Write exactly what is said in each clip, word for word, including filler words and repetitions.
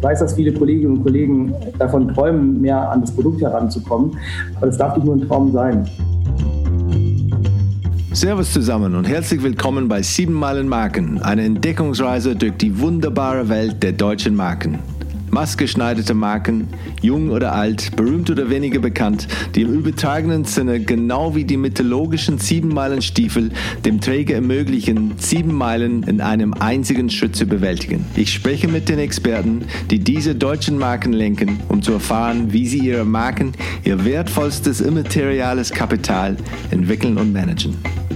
weiß, dass viele Kolleginnen und Kollegen davon träumen, mehr an das Produkt heranzukommen. Aber das darf nicht nur ein Traum sein. Servus zusammen und herzlich willkommen bei sieben Meilen Marken, eine Entdeckungsreise durch die wunderbare Welt der deutschen Marken. Maßgeschneiderte Marken, jung oder alt, berühmt oder weniger bekannt, die im übertragenen Sinne genau wie die mythologischen sieben-Meilen-Stiefel dem Träger ermöglichen, sieben Meilen in einem einzigen Schritt zu bewältigen. Ich spreche mit den Experten, die diese deutschen Marken lenken, um zu erfahren, wie sie ihre Marken, ihr wertvollstes immateriales Kapital entwickeln und managen.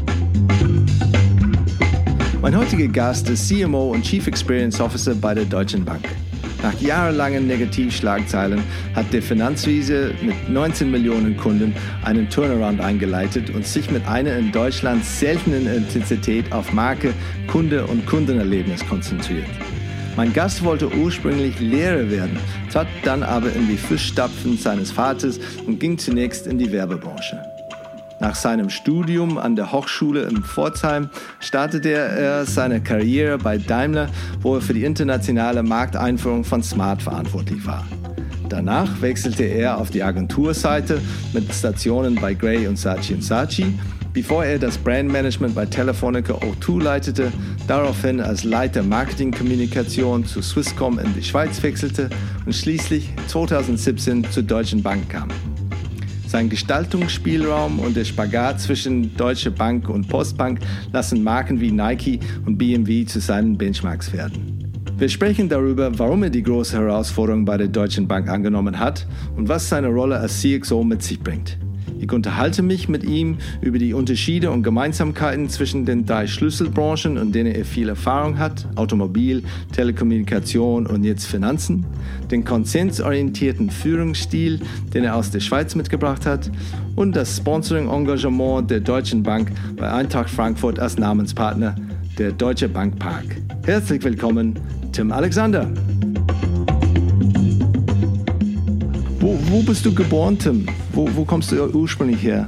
Mein heutiger Gast ist C M O und Chief Experience Officer bei der Deutschen Bank. Nach jahrelangen Negativschlagzeilen hat der Finanzriese mit neunzehn Millionen Kunden einen Turnaround eingeleitet und sich mit einer in Deutschland seltenen Intensität auf Marke, Kunde und Kundenerlebnis konzentriert. Mein Gast wollte ursprünglich Lehrer werden, trat dann aber in die Fußstapfen seines Vaters und ging zunächst in die Werbebranche. Nach seinem Studium an der Hochschule in Pforzheim startete er seine Karriere bei Daimler, wo er für die internationale Markteinführung von Smart verantwortlich war. Danach wechselte er auf die Agenturseite mit Stationen bei Grey und Saatchi und Saatchi, bevor er das Brandmanagement bei Telefonica O zwei leitete, daraufhin als Leiter Marketingkommunikation zu Swisscom in die Schweiz wechselte und schließlich zweitausendsiebzehn zur Deutschen Bank kam. Sein Gestaltungsspielraum und der Spagat zwischen Deutsche Bank und Postbank lassen Marken wie Nike und B M W zu seinen Benchmarks werden. Wir sprechen darüber, warum er die große Herausforderung bei der Deutschen Bank angenommen hat und was seine Rolle als C X O mit sich bringt. Ich unterhalte mich mit ihm über die Unterschiede und Gemeinsamkeiten zwischen den drei Schlüsselbranchen, in denen er viel Erfahrung hat: Automobil, Telekommunikation und jetzt Finanzen, den konsensorientierten Führungsstil, den er aus der Schweiz mitgebracht hat, und das Sponsoring-Engagement der Deutschen Bank bei Eintracht Frankfurt als Namenspartner, der Deutsche Bank Park. Herzlich willkommen, Tim Alexander. Wo, wo bist du geboren, Tim? Wo, wo kommst du ursprünglich her?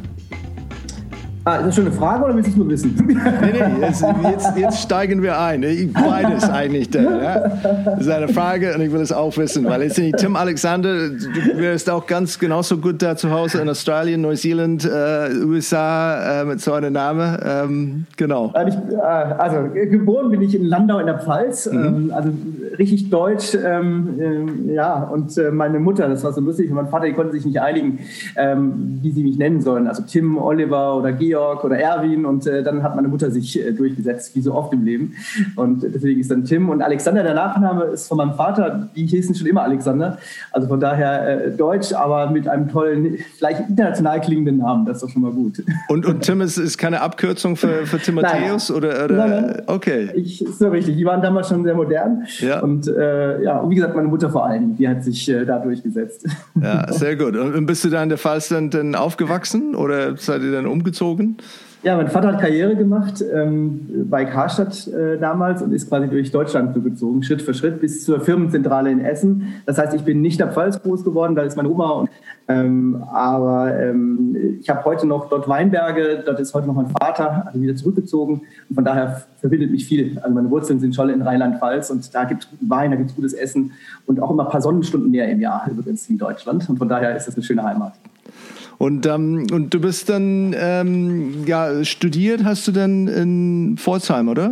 Ah, ist das schon eine Frage oder willst du es nur wissen? Nee, nee, jetzt, jetzt, jetzt steigen wir ein. Beides eigentlich. Dann, ja? Das ist eine Frage und ich will es auch wissen, weil jetzt nicht Tim Alexander, du wärst auch ganz genauso gut da zu Hause in Australien, Neuseeland, äh, U S A äh, mit so einem Namen. Ähm, genau. Also, ich, also geboren bin ich in Landau in der Pfalz, mhm. ähm, also richtig deutsch. Ähm, ähm, ja, und äh, meine Mutter, das war so lustig, und mein Vater, die konnten sich nicht einigen, ähm, wie sie mich nennen sollen. Also Tim, Oliver oder Georg oder Erwin, und äh, dann hat meine Mutter sich äh, durchgesetzt, wie so oft im Leben, und deswegen ist dann Tim. Und Alexander, der Nachname, ist von meinem Vater, die hießen schon immer Alexander, also von daher äh, deutsch, aber mit einem tollen, vielleicht international klingenden Namen, das ist doch schon mal gut. Und, und Tim ist, ist keine Abkürzung für, für Timotheus? Nein. Oder, oder? Nein, nein. Okay. Ich, ist so richtig, die waren damals schon sehr modern, ja. Und äh, ja, und wie gesagt, meine Mutter vor allem, die hat sich äh, da durchgesetzt. Ja, sehr gut. Und bist du da in der Pfalz dann, dann aufgewachsen oder seid ihr dann umgezogen? Ja, mein Vater hat Karriere gemacht ähm, bei Karstadt äh, damals und ist quasi durch Deutschland gezogen, Schritt für Schritt bis zur Firmenzentrale in Essen. Das heißt, ich bin nicht in der Pfalz groß geworden, da ist meine Oma. Und, ähm, aber ähm, ich habe heute noch dort Weinberge, dort ist heute noch mein Vater, also wieder zurückgezogen. Und von daher verbindet mich viel. Also meine Wurzeln sind schon in Rheinland-Pfalz und da gibt es guten Wein, da gibt es gutes Essen und auch immer ein paar Sonnenstunden mehr im Jahr übrigens in Deutschland. Und von daher ist das eine schöne Heimat. Und, ähm, und du bist dann, ähm, ja, studiert hast du dann in Pforzheim, oder?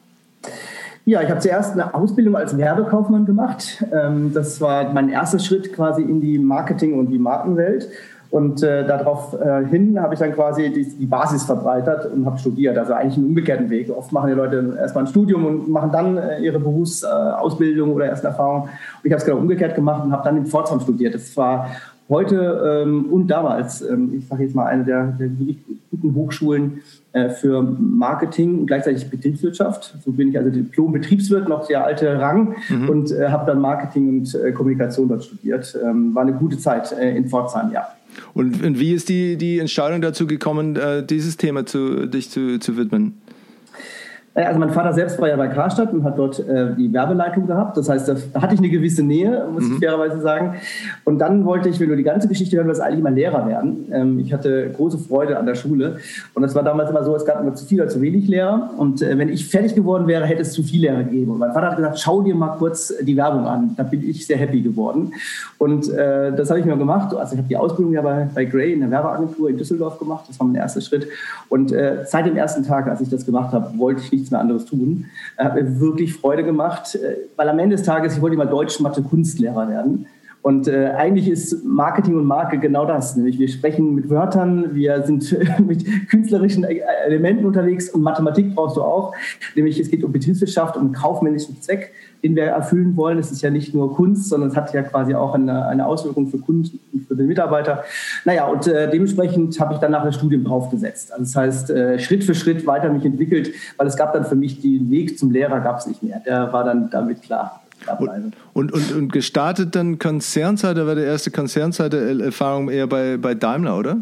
Ja, ich habe zuerst eine Ausbildung als Werbekaufmann gemacht. Ähm, das war mein erster Schritt quasi in die Marketing- und die Markenwelt. Und äh, daraufhin äh, habe ich dann quasi die, die Basis verbreitert und habe studiert. Also eigentlich einen umgekehrten Weg. Oft machen die Leute erstmal ein Studium und machen dann äh, ihre Berufsausbildung äh, oder erste Erfahrung. Und ich habe es genau umgekehrt gemacht und habe dann in Pforzheim studiert. Das war heute ähm, und damals, ähm, ich sage jetzt mal, eine der, der guten Hochschulen äh, für Marketing und gleichzeitig Betriebswirtschaft. So bin ich also Diplom-Betriebswirt, noch der alte Rang, mhm. und äh, habe dann Marketing und äh, Kommunikation dort studiert. Ähm, war eine gute Zeit äh, in Pforzheim, ja. Und, und wie ist die, die Entscheidung dazu gekommen, äh, dieses Thema zu, dich zu, zu widmen? Also mein Vater selbst war ja bei Karstadt und hat dort äh, die Werbeleitung gehabt. Das heißt, da hatte ich eine gewisse Nähe, muss mhm. ich fairerweise sagen. Und dann wollte ich, wenn du die ganze Geschichte hören willst, eigentlich mal Lehrer werden. Ähm, ich hatte große Freude an der Schule. Und es war damals immer so, es gab immer zu viel oder zu wenig Lehrer. Und äh, wenn ich fertig geworden wäre, hätte es zu viele Lehrer gegeben. Und mein Vater hat gesagt, schau dir mal kurz die Werbung an. Da bin ich sehr happy geworden. Und äh, das habe ich mir gemacht. Also ich habe die Ausbildung ja bei, bei Grey in der Werbeagentur in Düsseldorf gemacht. Das war mein erster Schritt. Und äh, seit dem ersten Tag, als ich das gemacht habe, wollte ich nichts mehr anderes tun. Äh, hat mir wirklich Freude gemacht, äh, weil am Ende des Tages, ich wollte immer Deutsch, Mathe, Kunstlehrer werden. Und äh, eigentlich ist Marketing und Marke genau das. Nämlich wir sprechen mit Wörtern, wir sind mit künstlerischen Elementen unterwegs und Mathematik brauchst du auch. Nämlich es geht um Betriebswirtschaft, um kaufmännischen Zweck, den wir erfüllen wollen. Es ist ja nicht nur Kunst, sondern es hat ja quasi auch eine, eine Auswirkung für Kunden und für den Mitarbeiter. Naja, und äh, dementsprechend habe ich dann nach dem Studium draufgesetzt. Also das heißt, äh, Schritt für Schritt weiter mich entwickelt, weil es gab dann für mich den Weg zum Lehrer gab es nicht mehr. Der war dann damit klar. Und, und, und, und gestartet dann Konzernseite, war die erste Konzernseite-Erfahrung eher bei, bei Daimler, oder?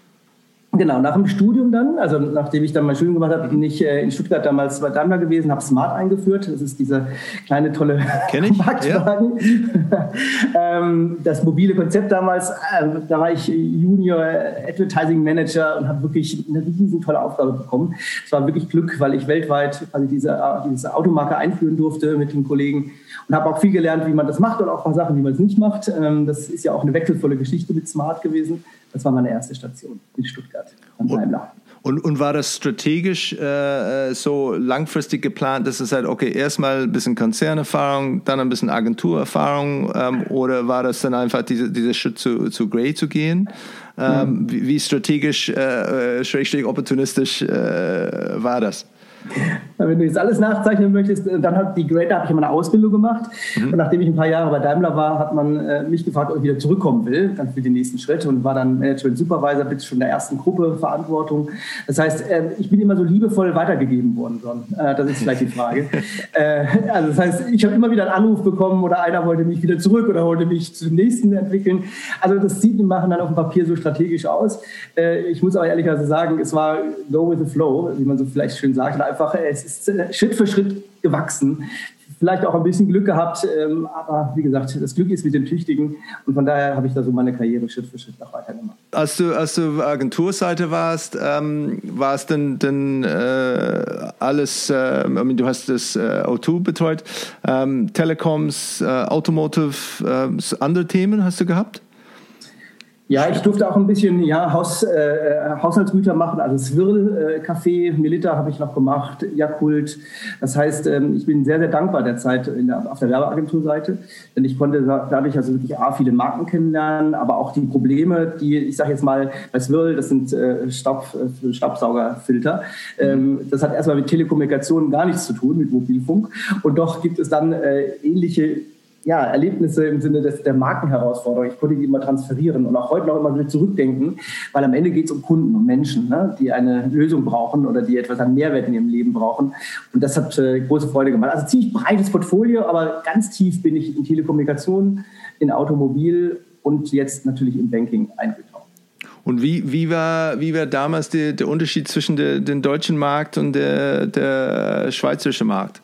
Genau, nach dem Studium dann, also nachdem ich dann mein Studium gemacht habe, bin ich äh, in Stuttgart damals bei Daimler gewesen, habe Smart eingeführt. Das ist dieser kleine, tolle Marktwagen. Ja. ähm, das mobile Konzept damals, äh, da war ich Junior Advertising Manager und habe wirklich eine riesen tolle Aufgabe bekommen. Es war wirklich Glück, weil ich weltweit also diese, diese Automarke einführen durfte mit den Kollegen und habe auch viel gelernt, wie man das macht und auch ein paar Sachen, wie man es nicht macht. Ähm, das ist ja auch eine wechselvolle Geschichte mit Smart gewesen. Das war meine erste Station in Stuttgart von Daimler. Und, und war das strategisch äh, so langfristig geplant, dass es halt, okay, erstmal ein bisschen Konzernerfahrung, dann ein bisschen Agenturerfahrung ähm, oder war das dann einfach diese, dieser Schritt zu, zu Grey zu gehen? Ähm, mhm. wie, wie strategisch, äh, schrägstrich opportunistisch äh, war das? Wenn du jetzt alles nachzeichnen möchtest, dann hat die Grey, da habe ich meine Ausbildung gemacht. Mhm. Und nachdem ich ein paar Jahre bei Daimler war, hat man äh, mich gefragt, ob ich wieder zurückkommen will, dann für den nächsten Schritt und war dann Management Supervisor bis schon der ersten Gruppe Verantwortung. Das heißt, äh, ich bin immer so liebevoll weitergegeben worden, John. Äh, das ist vielleicht die Frage. äh, also das heißt, ich habe immer wieder einen Anruf bekommen oder einer wollte mich wieder zurück oder wollte mich zum nächsten entwickeln. Also das sieht im Machen dann auf dem Papier so strategisch aus. Äh, ich muss aber ehrlicherweise sagen, es war go with the flow, wie man so vielleicht schön sagt. Einfach, es ist Schritt für Schritt gewachsen. Vielleicht auch ein bisschen Glück gehabt, ähm, aber wie gesagt, das Glück ist mit dem Tüchtigen und von daher habe ich da so meine Karriere Schritt für Schritt noch weiter gemacht. Als du, als du Agenturseite warst, ähm, war es denn, denn äh, alles, äh, du hast das äh, O zwei betreut, ähm, Telecoms, äh, Automotive, äh, andere Themen hast du gehabt? Ja, ich durfte auch ein bisschen ja, Haus, äh, Haushaltsgüter machen, also Swirl, äh, Kaffee, Melita habe ich noch gemacht, Yakult. Das heißt, ähm, ich bin sehr, sehr dankbar der Zeit in der, auf der Werbeagenturseite, denn ich konnte dadurch also wirklich A, viele Marken kennenlernen, aber auch die Probleme, die, ich sage jetzt mal, bei Swirl, das sind äh, Staub, äh, Staubsaugerfilter. Ähm, das hat erstmal mit Telekommunikation gar nichts zu tun, mit Mobilfunk. Und doch gibt es dann äh, ähnliche Ja, Erlebnisse im Sinne des, der Markenherausforderung. Ich konnte die immer transferieren und auch heute noch immer wieder zurückdenken, weil am Ende geht es um Kunden, um Menschen, ne, die eine Lösung brauchen oder die etwas an Mehrwert in ihrem Leben brauchen. Und das hat äh, große Freude gemacht. Also ziemlich breites Portfolio, aber ganz tief bin ich in Telekommunikation, in Automobil und jetzt natürlich im Banking eingetaucht. Und wie, wie, war, wie war damals der, der Unterschied zwischen der, dem deutschen Markt und der, der schweizerischen Markt?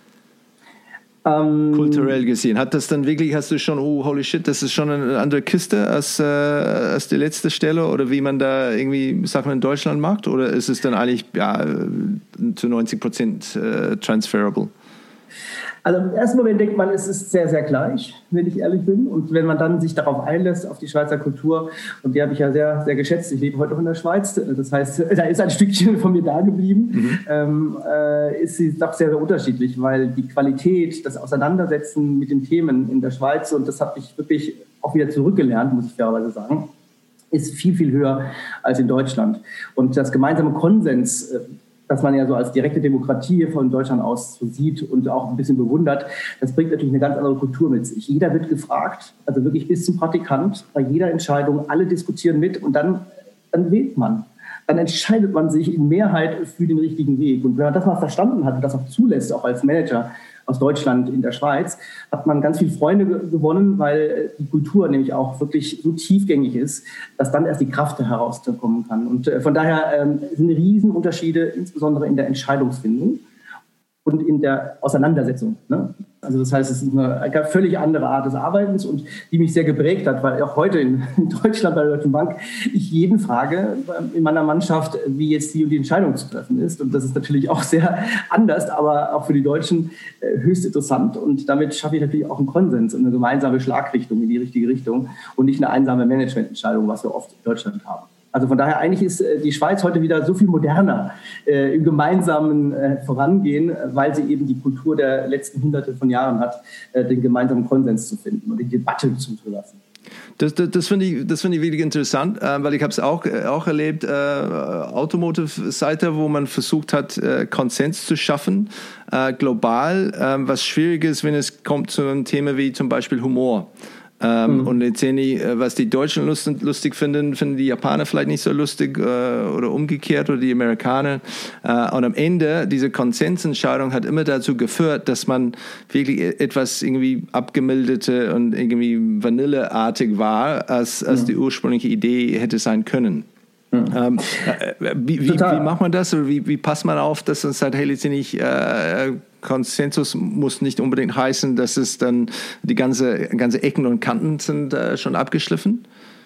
Ähm, Kulturell gesehen. Hat das dann wirklich, hast du schon, oh, holy shit, das ist schon eine andere Kiste als, äh, als die letzte Stelle oder wie man da irgendwie, sagt man, in Deutschland macht? Oder ist es dann eigentlich ja, zu neunzig Prozent äh, transferable? Also im ersten Moment denkt man, es ist sehr, sehr gleich, wenn ich ehrlich bin. Und wenn man dann sich darauf einlässt, auf die Schweizer Kultur, und die habe ich ja sehr, sehr geschätzt. Ich lebe heute noch in der Schweiz. Das heißt, da ist ein Stückchen von mir da geblieben. Mhm. Ähm, äh, ist sie doch sehr, sehr unterschiedlich, weil die Qualität, das Auseinandersetzen mit den Themen in der Schweiz, und das habe ich wirklich auch wieder zurückgelernt, muss ich fairerweise sagen, ist viel, viel höher als in Deutschland. Und das gemeinsame Konsens, dass man ja so als direkte Demokratie von Deutschland aus so sieht und auch ein bisschen bewundert, das bringt natürlich eine ganz andere Kultur mit sich. Jeder wird gefragt, also wirklich bis zum Praktikant, bei jeder Entscheidung, alle diskutieren mit und dann, dann wählt man. Dann entscheidet man sich in Mehrheit für den richtigen Weg. Und wenn man das mal verstanden hat und das auch zulässt, auch als Manager aus Deutschland in der Schweiz, hat man ganz viele Freunde gewonnen, weil die Kultur nämlich auch wirklich so tiefgängig ist, dass dann erst die Kraft herauskommen kann. Und von daher sind Riesenunterschiede, insbesondere in der Entscheidungsfindung. und in der Auseinandersetzung. Ne? Also das heißt, es ist eine völlig andere Art des Arbeitens und die mich sehr geprägt hat, weil auch heute in, in Deutschland bei der Deutschen Bank ich jeden frage in meiner Mannschaft, wie jetzt die und die Entscheidung zu treffen ist. Und das ist natürlich auch sehr anders, aber auch für die Deutschen äh, höchst interessant. Und damit schaffe ich natürlich auch einen Konsens und eine gemeinsame Schlagrichtung in die richtige Richtung und nicht eine einsame Managemententscheidung, was wir oft in Deutschland haben. Also von daher eigentlich ist die Schweiz heute wieder so viel moderner äh, im gemeinsamen äh, Vorangehen, weil sie eben die Kultur der letzten Hunderte von Jahren hat, äh, den gemeinsamen Konsens zu finden und die Debatte zuzulassen. Das, das, das finde ich, das finde ich wirklich interessant, äh, weil ich habe es auch, auch erlebt, äh, Automotive-Seite, wo man versucht hat, äh, Konsens zu schaffen, äh, global, äh, was schwierig ist, wenn es kommt zu einem Thema wie zum Beispiel Humor. Ähm, mhm. Und letztendlich, was die Deutschen lustig, lustig finden, finden die Japaner vielleicht nicht so lustig äh, oder umgekehrt oder die Amerikaner. Äh, und am Ende, diese Konsensentscheidung hat immer dazu geführt, dass man wirklich etwas irgendwie abgemilderte und irgendwie vanilleartig war, als, als mhm. die ursprüngliche Idee hätte sein können. Mhm. Ähm, äh, wie, wie, wie macht man das oder wie, wie passt man auf, dass man sagt, hey, letztendlich äh, Konsensus muss nicht unbedingt heißen, dass es dann die ganze, ganze Ecken und Kanten sind äh, schon abgeschliffen?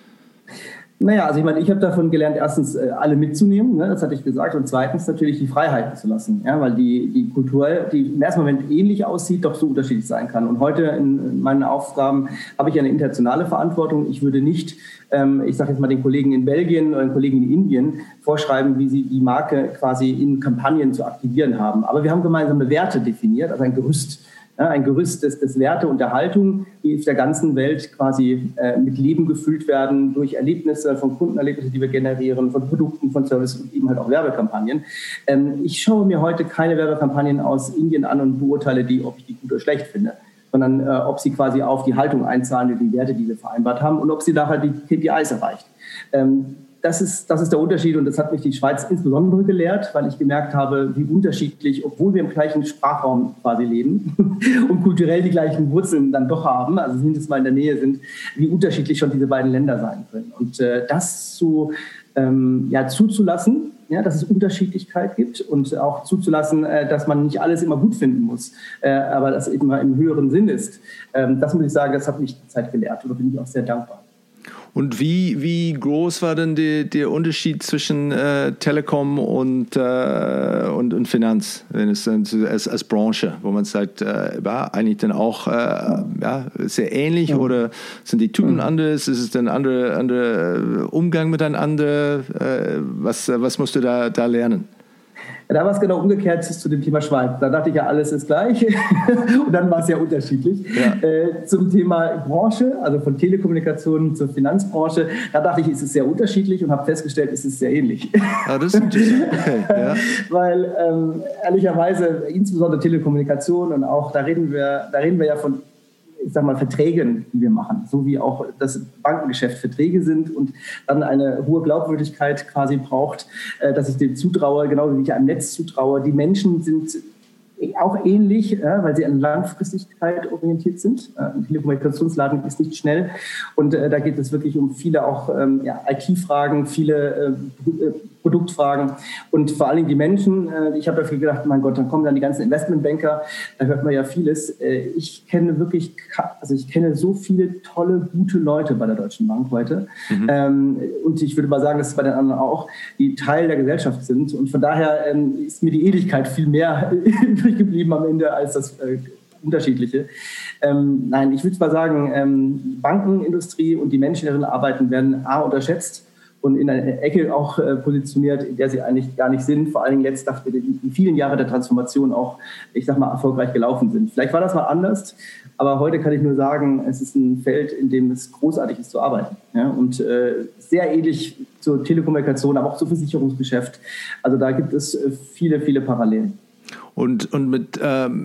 Naja, also ich meine, ich habe davon gelernt, erstens äh, alle mitzunehmen, ne, das hatte ich gesagt, und zweitens natürlich die Freiheiten zu lassen, ja, weil die, die Kultur, die im ersten Moment ähnlich aussieht, doch so unterschiedlich sein kann. Und heute in meinen Aufgaben habe ich eine internationale Verantwortung. Ich würde nicht, ähm, ich sage jetzt mal den Kollegen in Belgien oder den Kollegen in Indien vorschreiben, wie sie die Marke quasi in Kampagnen zu aktivieren haben. Aber wir haben gemeinsame Werte definiert, also ein Gerüst. Ja, ein Gerüst des, des Werte und der Haltung, die auf der ganzen Welt quasi äh, mit Leben gefüllt werden durch Erlebnisse, von Kundenerlebnissen, die wir generieren, von Produkten, von Services und eben halt auch Werbekampagnen. Ähm, ich schaue mir heute keine Werbekampagnen aus Indien an und beurteile die, ob ich die gut oder schlecht finde, sondern äh, ob sie quasi auf die Haltung einzahlen, die Werte, die wir vereinbart haben und ob sie nachher die K P Is erreicht. Ähm, Das ist, das ist der Unterschied und das hat mich die Schweiz insbesondere gelehrt, weil ich gemerkt habe, wie unterschiedlich, obwohl wir im gleichen Sprachraum quasi leben und kulturell die gleichen Wurzeln dann doch haben, also mindestens mal in der Nähe sind, wie unterschiedlich schon diese beiden Länder sein können. Und äh, das zu, ähm, ja, zuzulassen, ja, dass es Unterschiedlichkeit gibt und auch zuzulassen, äh, dass man nicht alles immer gut finden muss, äh, aber das eben mal im höheren Sinn ist, ähm, das muss ich sagen, das hat mich die Zeit gelehrt und da bin ich auch sehr dankbar. Und wie, wie groß war denn die, der Unterschied zwischen äh, Telekom und, äh, und, und Finanz, wenn es dann als, als Branche, wo man sagt, äh, ja, eigentlich dann auch äh, ja, sehr ähnlich ja. Oder sind die Typen mhm. anders? Ist es dann ein anderer andere Umgang miteinander? Äh, was, was musst du da, da lernen? Ja, da war es genau umgekehrt zu dem Thema Schweiz. Da dachte ich ja, alles ist gleich. Und dann war es ja unterschiedlich. Ja. Äh, zum Thema Branche, also von Telekommunikation zur Finanzbranche, da dachte ich, ist es sehr unterschiedlich und habe festgestellt, es ist sehr ähnlich. Ah, das ist interessant. Okay, ja. Weil ähm, ehrlicherweise, insbesondere Telekommunikation und auch, da reden wir, da reden wir ja von, ich sag mal, Verträgen, die wir machen, so wie auch das Bankengeschäft Verträge sind und dann eine hohe Glaubwürdigkeit quasi braucht, dass ich dem zutraue, genauso wie ich einem Netz zutraue. Die Menschen sind auch ähnlich, weil sie an Langfristigkeit orientiert sind. Ein Telekommunikationsladen ist nicht schnell und da geht es wirklich um viele auch ja, I T-Fragen, viele Produktfragen und vor allen Dingen die Menschen. Ich habe dafür gedacht, mein Gott, dann kommen dann die ganzen Investmentbanker, da hört man ja vieles. Ich kenne wirklich, also ich kenne so viele tolle, gute Leute bei der Deutschen Bank heute. Mhm. Und ich würde mal sagen, dass es bei den anderen auch, die Teil der Gesellschaft sind. Und von daher ist mir die Ähnlichkeit viel mehr übrig geblieben am Ende als das äh, Unterschiedliche. Ähm, nein, ich würde mal sagen, ähm, die Bankenindustrie und die Menschen, die darin arbeiten, werden A, unterschätzt und in einer Ecke auch äh, positioniert, in der sie eigentlich gar nicht sind. Vor allen Dingen jetzt, nachdem die vielen Jahre der Transformation auch, ich sag mal, erfolgreich gelaufen sind. Vielleicht war das mal anders, aber heute kann ich nur sagen, es ist ein Feld, in dem es großartig ist zu arbeiten. Ja? Und äh, sehr ähnlich zur Telekommunikation, aber auch zum Versicherungsgeschäft. Also da gibt es äh, viele, viele Parallelen. Und, und mit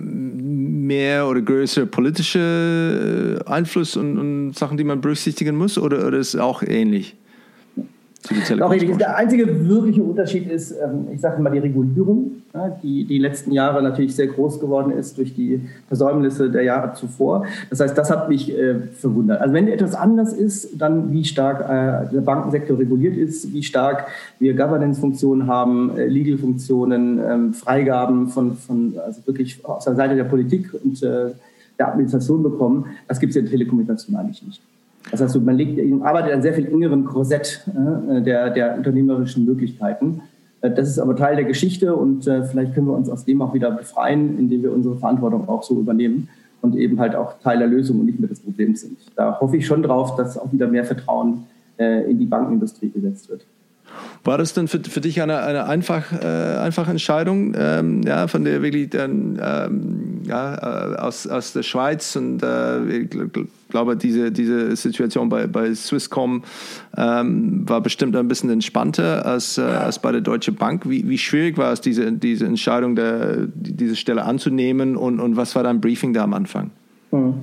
ähm, mehr oder größer politischer Einfluss und, und Sachen, die man berücksichtigen muss, oder, oder ist es auch ähnlich? Auch richtig. Der einzige wirkliche Unterschied ist, ich sage mal, die Regulierung, die die letzten Jahre natürlich sehr groß geworden ist durch die Versäumnisse der Jahre zuvor. Das heißt, das hat mich äh, verwundert. Also wenn etwas anders ist, dann wie stark äh, der Bankensektor reguliert ist, wie stark wir Governance-Funktionen haben, äh, Legal-Funktionen, ähm, Freigaben von, von also wirklich aus der Seite der Politik und äh, der Administration bekommen, das gibt es in der Telekommunikation eigentlich nicht. Das heißt, man legt, man arbeitet an sehr viel engeren Korsett äh, der, der unternehmerischen Möglichkeiten. Äh, das ist aber Teil der Geschichte und äh, vielleicht können wir uns aus dem auch wieder befreien, indem wir unsere Verantwortung auch so übernehmen und eben halt auch Teil der Lösung und nicht mehr des Problems sind. Da hoffe ich schon drauf, dass auch wieder mehr Vertrauen äh, in die Bankenindustrie gesetzt wird. War das denn für, für dich eine, eine einfach, äh, einfache Entscheidung, ähm, ja, von der wirklich dann, ähm, ja, aus, aus der Schweiz und äh, ich glaube, diese, diese Situation bei, bei Swisscom ähm, war bestimmt ein bisschen entspannter als, äh, als bei der Deutschen Bank. Wie, wie schwierig war es, diese, diese Entscheidung, der, diese Stelle anzunehmen und, und was war dein Briefing da am Anfang? Hm.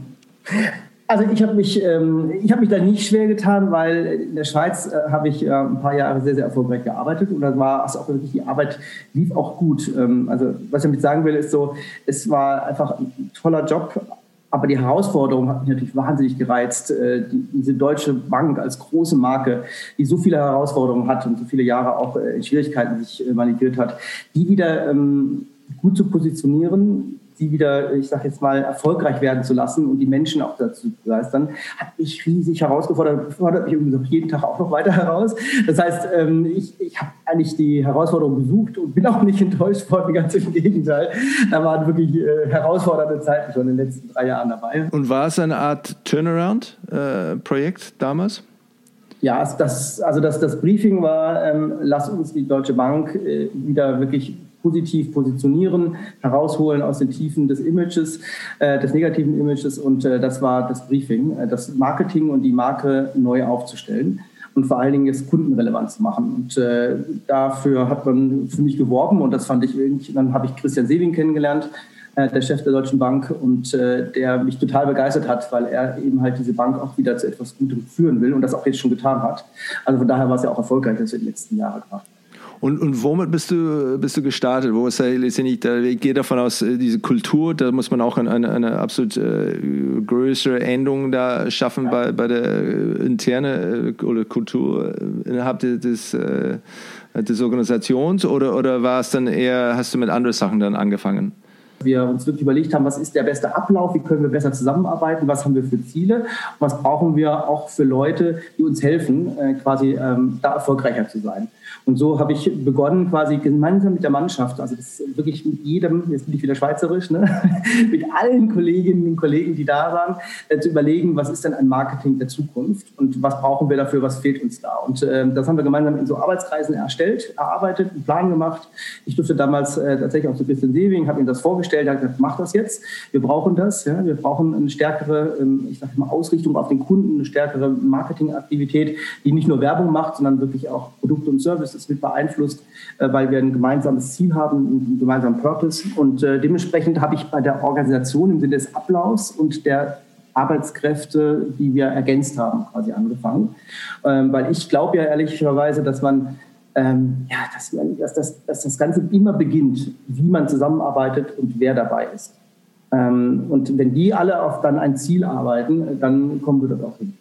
Also ich habe mich, ähm, ich habe mich da nicht schwer getan, weil in der Schweiz äh, habe ich äh, ein paar Jahre sehr, sehr erfolgreich gearbeitet und dann war es auch wirklich, die Arbeit lief auch gut. Ähm, also was ich damit sagen will, ist so, es war einfach ein toller Job, aber die Herausforderung hat mich natürlich wahnsinnig gereizt. Äh, die, diese Deutsche Bank als große Marke, die so viele Herausforderungen hat und so viele Jahre auch äh, in Schwierigkeiten sich äh, manövriert hat, die wieder ähm, gut zu positionieren, die wieder, ich sage jetzt mal, erfolgreich werden zu lassen und die Menschen auch dazu zu begeistern, hat mich riesig herausgefordert, fordert mich irgendwie jeden Tag auch noch weiter heraus. Das heißt, ich, ich habe eigentlich die Herausforderung gesucht und bin auch nicht enttäuscht worden, ganz im Gegenteil. Da waren wirklich herausfordernde Zeiten schon in den letzten drei Jahren dabei. Und war es eine Art Turnaround-Projekt äh, damals? Ja, das, also das, das Briefing war, ähm, lass uns die Deutsche Bank äh, wieder wirklich positiv positionieren, herausholen aus den Tiefen des Images, äh, des negativen Images und äh, das war das Briefing, äh, das Marketing und die Marke neu aufzustellen und vor allen Dingen es kundenrelevant zu machen. Und äh, dafür hat man für mich geworben und das fand ich irgendwie, dann habe ich Christian Sewing kennengelernt, äh, der Chef der Deutschen Bank und äh, der mich total begeistert hat, weil er eben halt diese Bank auch wieder zu etwas Gutem führen will und das auch jetzt schon getan hat. Also von daher war es ja auch erfolgreich, dass wir in den letzten Jahren gemacht haben. Und, und womit bist du, bist du gestartet? Wo ist letztendlich, ich gehe davon aus, diese Kultur, da muss man auch eine, eine, eine absolut äh, größere Änderung da schaffen ja. bei, bei der internen äh, oder Kultur innerhalb des, äh, des Organisations oder, oder war es dann eher, hast du mit anderen Sachen dann angefangen? Wir uns wirklich überlegt haben, was ist der beste Ablauf, wie können wir besser zusammenarbeiten, was haben wir für Ziele und was brauchen wir auch für Leute, die uns helfen, äh, quasi ähm, da erfolgreicher zu sein. Und so habe ich begonnen, quasi gemeinsam mit der Mannschaft, also das ist wirklich mit jedem, jetzt bin ich wieder schweizerisch, ne, mit allen Kolleginnen und Kollegen, die da waren, äh, zu überlegen, was ist denn ein Marketing der Zukunft und was brauchen wir dafür, was fehlt uns da. Und äh, das haben wir gemeinsam in so Arbeitskreisen erstellt, erarbeitet, einen Plan gemacht. Ich durfte damals äh, tatsächlich auch zu Christian Sewing, habe ihm das vorgestellt, er hat gesagt, mach das jetzt, wir brauchen das, ja, wir brauchen eine stärkere, ähm, ich sage mal, Ausrichtung auf den Kunden, eine stärkere Marketingaktivität, die nicht nur Werbung macht, sondern wirklich auch Produkte und Services mit beeinflusst, äh, weil wir ein gemeinsames Ziel haben, einen gemeinsamen Purpose. Und äh, dementsprechend habe ich bei der Organisation im Sinne des Ablaufs und der Arbeitskräfte, die wir ergänzt haben, quasi angefangen. Ähm, weil ich glaube ja ehrlicherweise, dass man ähm, ja, dass, man, dass, das, dass das Ganze immer beginnt, wie man zusammenarbeitet und wer dabei ist. Ähm, und wenn die alle auf dann ein Ziel arbeiten, dann kommen wir dort auch hin.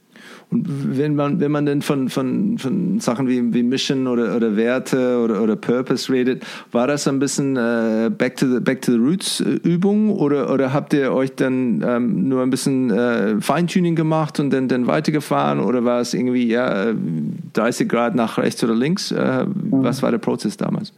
Und wenn man, wenn man denn von, von, von Sachen wie, wie Mission oder, oder Werte oder, oder Purpose redet, war das ein bisschen äh, Back to the, Back to the Roots Übung oder, oder habt ihr euch dann ähm, nur ein bisschen äh, Feintuning gemacht und dann, dann weitergefahren oder war es irgendwie ja, dreißig Grad nach rechts oder links? Äh, mhm. Was war der Prozess damals?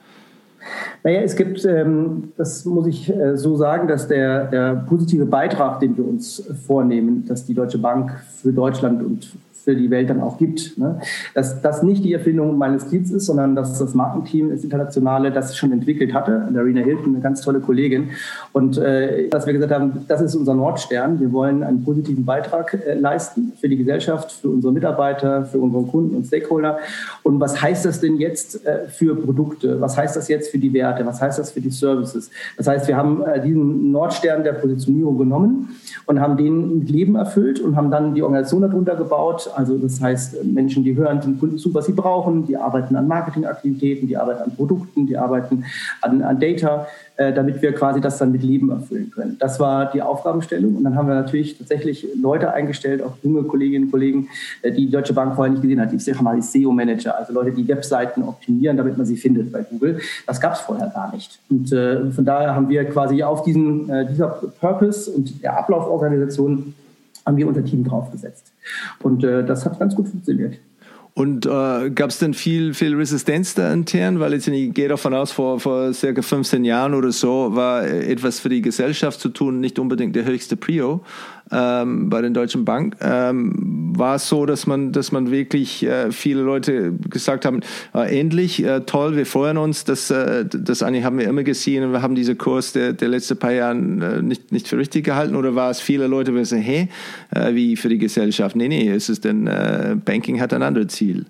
Naja, es gibt, ähm, das muss ich äh, so sagen, dass der, der positive Beitrag, den wir uns vornehmen, dass die Deutsche Bank für Deutschland und für die Welt dann auch gibt, ne? Dass das nicht die Erfindung meines Teams ist, sondern dass das Markenteam, das Internationale, das schon entwickelt hatte, Darina Hilton, eine ganz tolle Kollegin, und äh, dass wir gesagt haben, das ist unser Nordstern, wir wollen einen positiven Beitrag äh, leisten für die Gesellschaft, für unsere Mitarbeiter, für unsere Kunden und Stakeholder. Und was heißt das denn jetzt äh, für Produkte? Was heißt das jetzt für die Werte? Was heißt das für die Services? Das heißt, wir haben äh, diesen Nordstern der Positionierung genommen und haben den mit Leben erfüllt und haben dann die Organisation darunter gebaut, Also das heißt, Menschen, die hören den Kunden zu, was sie brauchen, die arbeiten an Marketingaktivitäten, die arbeiten an Produkten, die arbeiten an, an Data, äh, damit wir quasi das dann mit Leben erfüllen können. Das war die Aufgabenstellung. Und dann haben wir natürlich tatsächlich Leute eingestellt, auch junge Kolleginnen und Kollegen, äh, die die Deutsche Bank vorher nicht gesehen hat. Ich sage mal die S E O-Manager, also Leute, die Webseiten optimieren, damit man sie findet bei Google. Das gab es vorher gar nicht. Und äh, von daher haben wir quasi auf diesen, äh, dieser Purpose und der Ablauforganisation haben wir unser Team draufgesetzt. Und äh, das hat ganz gut funktioniert. Und äh, gab es denn viel, viel Resistenz da intern? Weil jetzt, ich gehe davon aus, vor, vor circa fünfzehn Jahren oder so war etwas für die Gesellschaft zu tun nicht unbedingt der höchste Prio ähm, bei der Deutschen Bank. Ähm, war es so, dass man, dass man wirklich äh, viele Leute gesagt haben, äh, endlich, äh, toll, wir freuen uns, dass äh, das eigentlich haben wir immer gesehen und wir haben diesen Kurs der, der letzten paar Jahren äh, nicht, nicht für richtig gehalten? Oder war es viele Leute, die sagen, hey, äh, wie für die Gesellschaft? Nee, nee, es ist denn, äh, Banking hat ein anderes Ziel.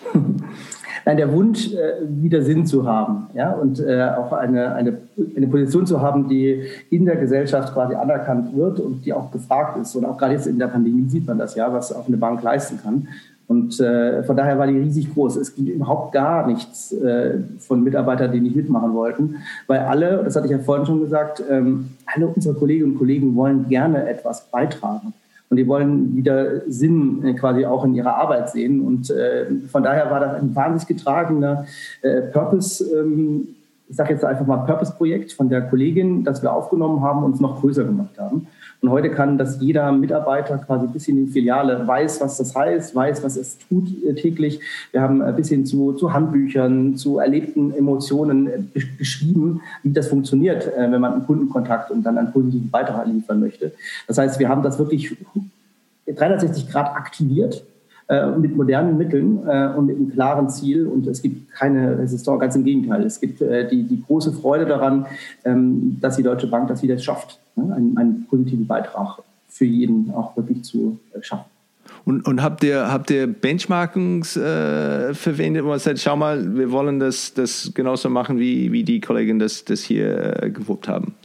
Nein, der Wunsch, wieder Sinn zu haben, ja, und äh, auch eine, eine, eine Position zu haben, die in der Gesellschaft quasi anerkannt wird und die auch gefragt ist. Und auch gerade jetzt in der Pandemie sieht man das ja, was auch eine Bank leisten kann. Und äh, von daher war die riesig groß. Es gibt überhaupt gar nichts äh, von Mitarbeitern, die nicht mitmachen wollten, weil alle, das hatte ich ja vorhin schon gesagt, ähm, alle unsere Kolleginnen und Kollegen wollen gerne etwas beitragen. Und die wollen wieder Sinn äh, quasi auch in ihrer Arbeit sehen. Und äh, von daher war das ein wahnsinnig getragener äh, Purpose, ähm, ich sage jetzt einfach mal Purpose-Projekt von der Kollegin, das wir aufgenommen haben und es noch größer gemacht haben. Und heute kann das jeder Mitarbeiter quasi bis in die Filiale weiß, was das heißt, weiß, was es tut äh, täglich. Wir haben ein bisschen zu, zu Handbüchern, zu erlebten Emotionen äh, beschrieben, wie das funktioniert, äh, wenn man einen Kundenkontakt und dann einen positiven Beitrag liefern möchte. Das heißt, wir haben das wirklich dreihundertsechzig Grad aktiviert äh, mit modernen Mitteln äh, und mit einem klaren Ziel. Und es gibt keine Resistance, ganz im Gegenteil. Es gibt äh, die, die große Freude daran, ähm, dass die Deutsche Bank das wieder schafft, ne? einen, einen positiven Beitrag für jeden auch wirklich zu äh, schaffen. Und, und habt ihr, habt ihr Benchmarkings äh, verwendet, wo man sagt, schau mal, wir wollen das, das genauso machen, wie, wie die Kollegen das, das hier äh, gewuppt haben?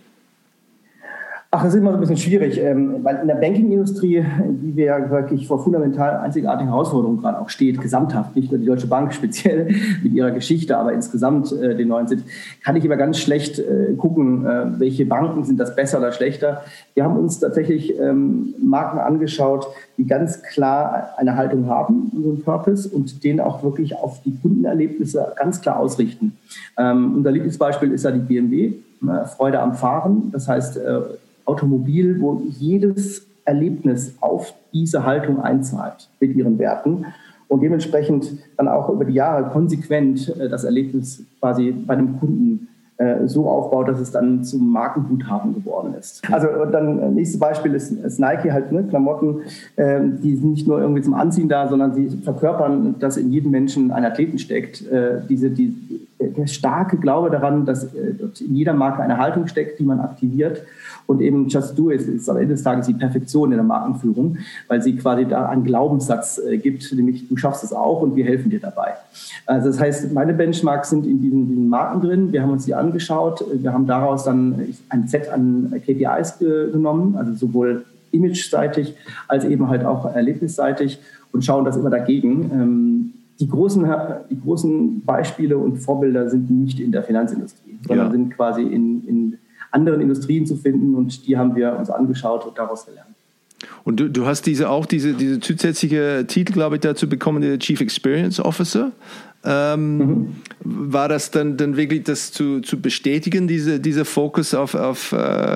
Ach, das ist immer so ein bisschen schwierig, ähm, weil in der Banking-Industrie, die wir ja wirklich vor fundamental einzigartigen Herausforderungen gerade auch steht, gesamthaft, nicht nur die Deutsche Bank speziell mit ihrer Geschichte, aber insgesamt äh, den neuen Sitz, kann ich immer ganz schlecht äh, gucken, äh, welche Banken sind das besser oder schlechter. Wir haben uns tatsächlich ähm, Marken angeschaut, die ganz klar eine Haltung haben, so einen Purpose, und den auch wirklich auf die Kundenerlebnisse ganz klar ausrichten. Ähm, unser Lieblingsbeispiel ist ja die B M W, äh, Freude am Fahren, das heißt, äh, Automobil, wo jedes Erlebnis auf diese Haltung einzahlt mit ihren Werten und dementsprechend dann auch über die Jahre konsequent das Erlebnis quasi bei dem Kunden so aufbaut, dass es dann zum Markenguthaben geworden ist. Also und dann nächstes Beispiel ist, ist Nike halt, ne, Klamotten, äh, die sind nicht nur irgendwie zum Anziehen da, sondern sie verkörpern, dass in jedem Menschen ein Athleten steckt. Äh, diese, die, der starke Glaube daran, dass äh, in jeder Marke eine Haltung steckt, die man aktiviert. Und eben Just Do It ist am Ende des Tages die Perfektion in der Markenführung, weil sie quasi da einen Glaubenssatz äh, gibt, nämlich du schaffst es auch und wir helfen dir dabei. Also das heißt, meine Benchmarks sind in diesen, diesen Marken drin. Wir haben uns die angeschaut. Wir haben daraus dann ein Set an K P Is ge- genommen, also sowohl image-seitig als eben halt auch erlebnisseitig und schauen das immer dagegen. Ähm, die, großen, die großen Beispiele und Vorbilder sind nicht in der Finanzindustrie, sondern ja. sind quasi in, in anderen Industrien zu finden und die haben wir uns angeschaut und daraus gelernt. Und du, du hast diese auch diese, diese zusätzliche Titel, glaube ich, dazu bekommen, der Chief Experience Officer. Ähm, mhm. War das dann, dann wirklich das zu, zu bestätigen, diese, dieser Fokus auf, auf,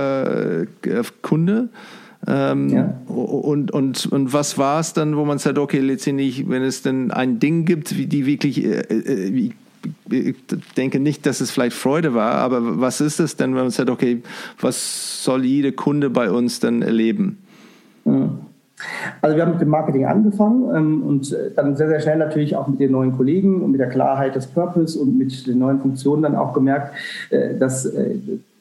äh, auf Kunde? Ähm, ja. und, und, und was war es dann, wo man sagt, okay, letztendlich, wenn es dann ein Ding gibt, wie die wirklich, äh, äh, ich denke nicht, dass es vielleicht Freude war, aber was ist es denn, wenn man sagt, okay, was soll jeder Kunde bei uns dann erleben? Also wir haben mit dem Marketing angefangen ähm, und dann sehr, sehr schnell natürlich auch mit den neuen Kollegen und mit der Klarheit des Purpose und mit den neuen Funktionen dann auch gemerkt, äh, dass äh,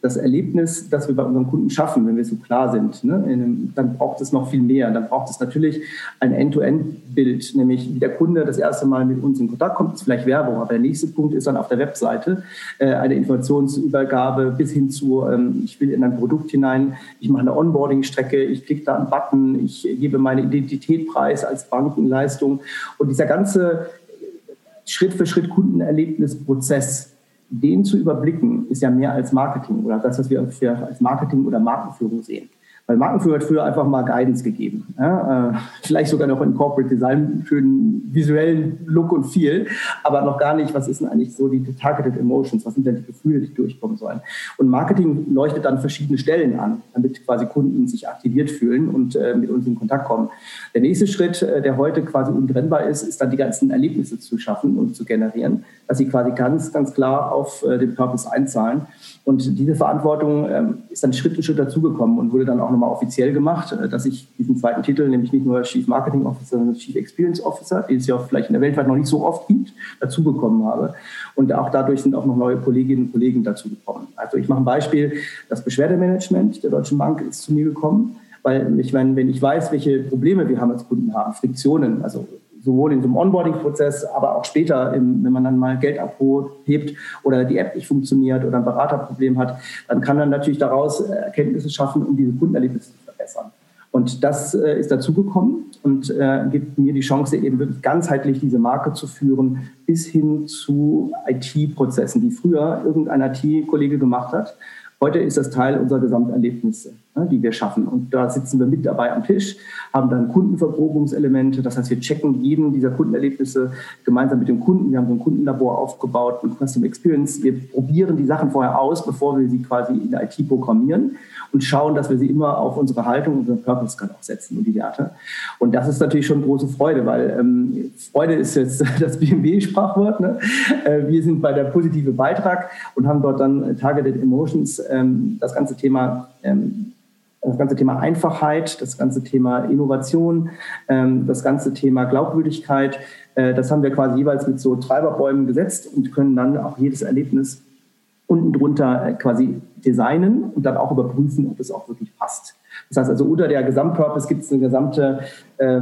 das Erlebnis, das wir bei unseren Kunden schaffen, wenn wir so klar sind, ne, einem, dann braucht es noch viel mehr. Dann braucht es natürlich ein End-to-End-Bild, nämlich wie der Kunde das erste Mal mit uns in Kontakt kommt, ist vielleicht Werbung, aber der nächste Punkt ist dann auf der Webseite äh, eine Informationsübergabe bis hin zu, ähm, ich will in ein Produkt hinein, ich mache eine Onboarding-Strecke, ich klicke da einen Button, ich gebe meine Identität preis als Bankenleistung und dieser ganze Schritt für Schritt Kundenerlebnisprozess, den zu überblicken, ist ja mehr als Marketing oder das, was wir als Marketing oder Markenführung sehen. Weil Markenführung hat früher einfach mal Guidance gegeben. Ja, äh, vielleicht sogar noch in Corporate Design, schönen visuellen Look und Feel, aber noch gar nicht, was ist denn eigentlich so die Targeted Emotions, was sind denn die Gefühle, die durchkommen sollen. Und Marketing leuchtet dann verschiedene Stellen an, damit quasi Kunden sich aktiviert fühlen und äh, mit uns in Kontakt kommen. Der nächste Schritt, äh, der heute quasi untrennbar ist, ist dann die ganzen Erlebnisse zu schaffen und zu generieren, dass sie quasi ganz, ganz klar auf äh, den Purpose einzahlen. Und diese Verantwortung ähm, ist dann Schritt für Schritt dazugekommen und wurde dann auch nochmal offiziell gemacht, äh, dass ich diesen zweiten Titel, nämlich nicht nur Chief Marketing Officer, sondern Chief Experience Officer, den es ja vielleicht in der Welt noch nicht so oft gibt, dazu bekommen habe. Und auch dadurch sind auch noch neue Kolleginnen und Kollegen dazu gekommen. Also ich mache ein Beispiel, das Beschwerdemanagement der Deutschen Bank ist zu mir gekommen, weil ich meine, wenn ich weiß, welche Probleme wir haben als Kunden haben, Friktionen, also sowohl in so einem Onboarding-Prozess, aber auch später, im, wenn man dann mal Geld abhebt oder die App nicht funktioniert oder ein Beraterproblem hat, dann kann man natürlich daraus Erkenntnisse schaffen, um diese Kundenerlebnisse zu verbessern. Und das äh, ist dazugekommen und äh, gibt mir die Chance, eben wirklich ganzheitlich diese Marke zu führen, bis hin zu I T-Prozessen, die früher irgendein I T-Kollege gemacht hat. Heute ist das Teil unserer Gesamterlebnisse, ne, die wir schaffen. Und da sitzen wir mit dabei am Tisch, haben dann Kundenverprobungselemente. Das heißt, wir checken jeden dieser Kundenerlebnisse gemeinsam mit dem Kunden. Wir haben so ein Kundenlabor aufgebaut, ein Custom Experience. Wir probieren die Sachen vorher aus, bevor wir sie quasi in der I T programmieren und schauen, dass wir sie immer auf unsere Haltung, unseren Purpose kann auch setzen und die Werte. Und das ist natürlich schon große Freude, weil ähm, Freude ist jetzt das B M W-Sprachwort. Ne? Äh, wir sind bei der positive Beitrag und haben dort dann Targeted Emotions, ähm, das ganze Thema ähm, das ganze Thema Einfachheit, das ganze Thema Innovation, ähm, das ganze Thema Glaubwürdigkeit. Äh, das haben wir quasi jeweils mit so Treiberbäumen gesetzt und können dann auch jedes Erlebnis unten drunter quasi designen und dann auch überprüfen, ob es auch wirklich passt. Das heißt also, unter der Gesamtpurpose gibt es eine gesamte äh,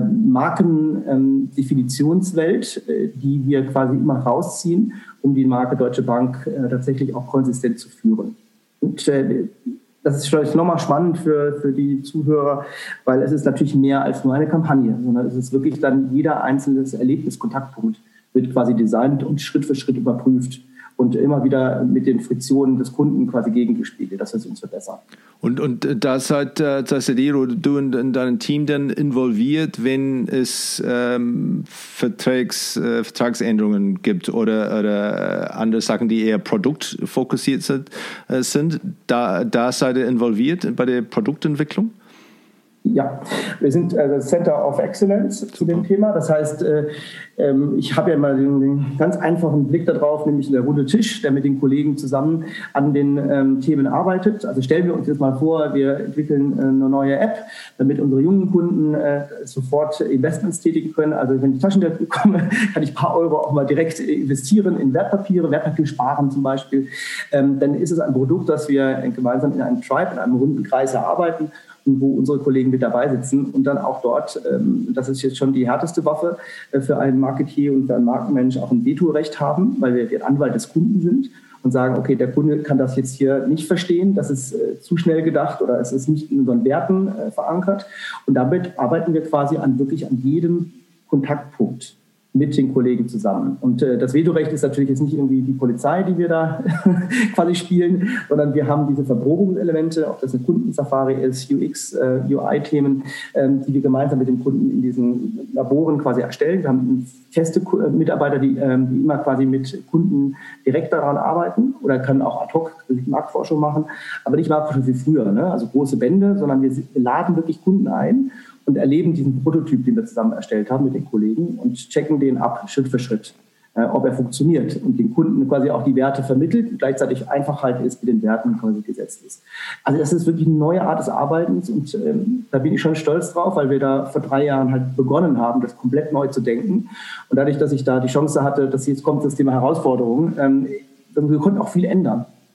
Markendefinitionswelt, äh, die wir quasi immer rausziehen, um die Marke Deutsche Bank äh, tatsächlich auch konsistent zu führen. Und äh, das ist vielleicht nochmal spannend für, für die Zuhörer, weil es ist natürlich mehr als nur eine Kampagne, sondern es ist wirklich dann jeder einzelne Erlebniskontaktpunkt wird quasi designt und Schritt für Schritt überprüft und immer wieder mit den Friktionen des Kunden quasi gegengespiegelt, dass wir es uns verbessern. Und, und da seid, äh, seid ihr oder du und, und dein Team dann involviert, wenn es ähm, Vertrags, äh, Vertragsänderungen gibt oder, oder andere Sachen, die eher produktfokussiert sind, äh, sind. Da, da seid ihr involviert bei der Produktentwicklung? Ja, wir sind äh, das Center of Excellence zu dem Thema. Das heißt, äh, ähm, ich habe ja mal den, den ganz einfachen Blick darauf, nämlich der runde Tisch, der mit den Kollegen zusammen an den ähm, Themen arbeitet. Also stellen wir uns jetzt mal vor, wir entwickeln äh, eine neue App, damit unsere jungen Kunden äh, sofort Investments tätigen können. Also wenn ich Taschengeld bekomme, kann ich ein paar Euro auch mal direkt investieren in Wertpapiere, Wertpapier sparen zum Beispiel. Ähm, dann ist es ein Produkt, das wir gemeinsam in einem Tribe, in einem runden Kreis erarbeiten, wo unsere Kollegen mit dabei sitzen und dann auch dort, ähm, das ist jetzt schon die härteste Waffe äh, für einen Marketier und für einen Markenmensch, auch ein Vetorecht haben, weil wir der Anwalt des Kunden sind und sagen, okay, der Kunde kann das jetzt hier nicht verstehen, das ist äh, zu schnell gedacht oder es ist nicht in unseren Werten äh, verankert. Und damit arbeiten wir quasi an wirklich an jedem Kontaktpunkt mit den Kollegen zusammen. Und äh, das Vetorecht ist natürlich jetzt nicht irgendwie die Polizei, die wir da quasi spielen, sondern wir haben diese Verprobungselemente, ob das eine Kundensafari ist, U X, äh, U I-Themen, ähm, die wir gemeinsam mit dem Kunden in diesen Laboren quasi erstellen. Wir haben feste Mitarbeiter, die, ähm, die immer quasi mit Kunden direkt daran arbeiten oder können auch ad hoc Marktforschung machen, aber nicht Marktforschung wie früher, ne? Also große Bände, sondern wir, wir laden wirklich Kunden ein und erleben diesen Prototyp, den wir zusammen erstellt haben mit den Kollegen und checken den ab, Schritt für Schritt, äh, ob er funktioniert und den Kunden quasi auch die Werte vermittelt und gleichzeitig Einfachheit ist, mit den Werten quasi gesetzt ist. Also das ist wirklich eine neue Art des Arbeitens und ähm, da bin ich schon stolz drauf, weil wir da vor drei Jahren halt begonnen haben, das komplett neu zu denken. Und dadurch, dass ich da die Chance hatte, dass jetzt kommt das Thema Herausforderung, ähm, wir konnten auch viel ändern.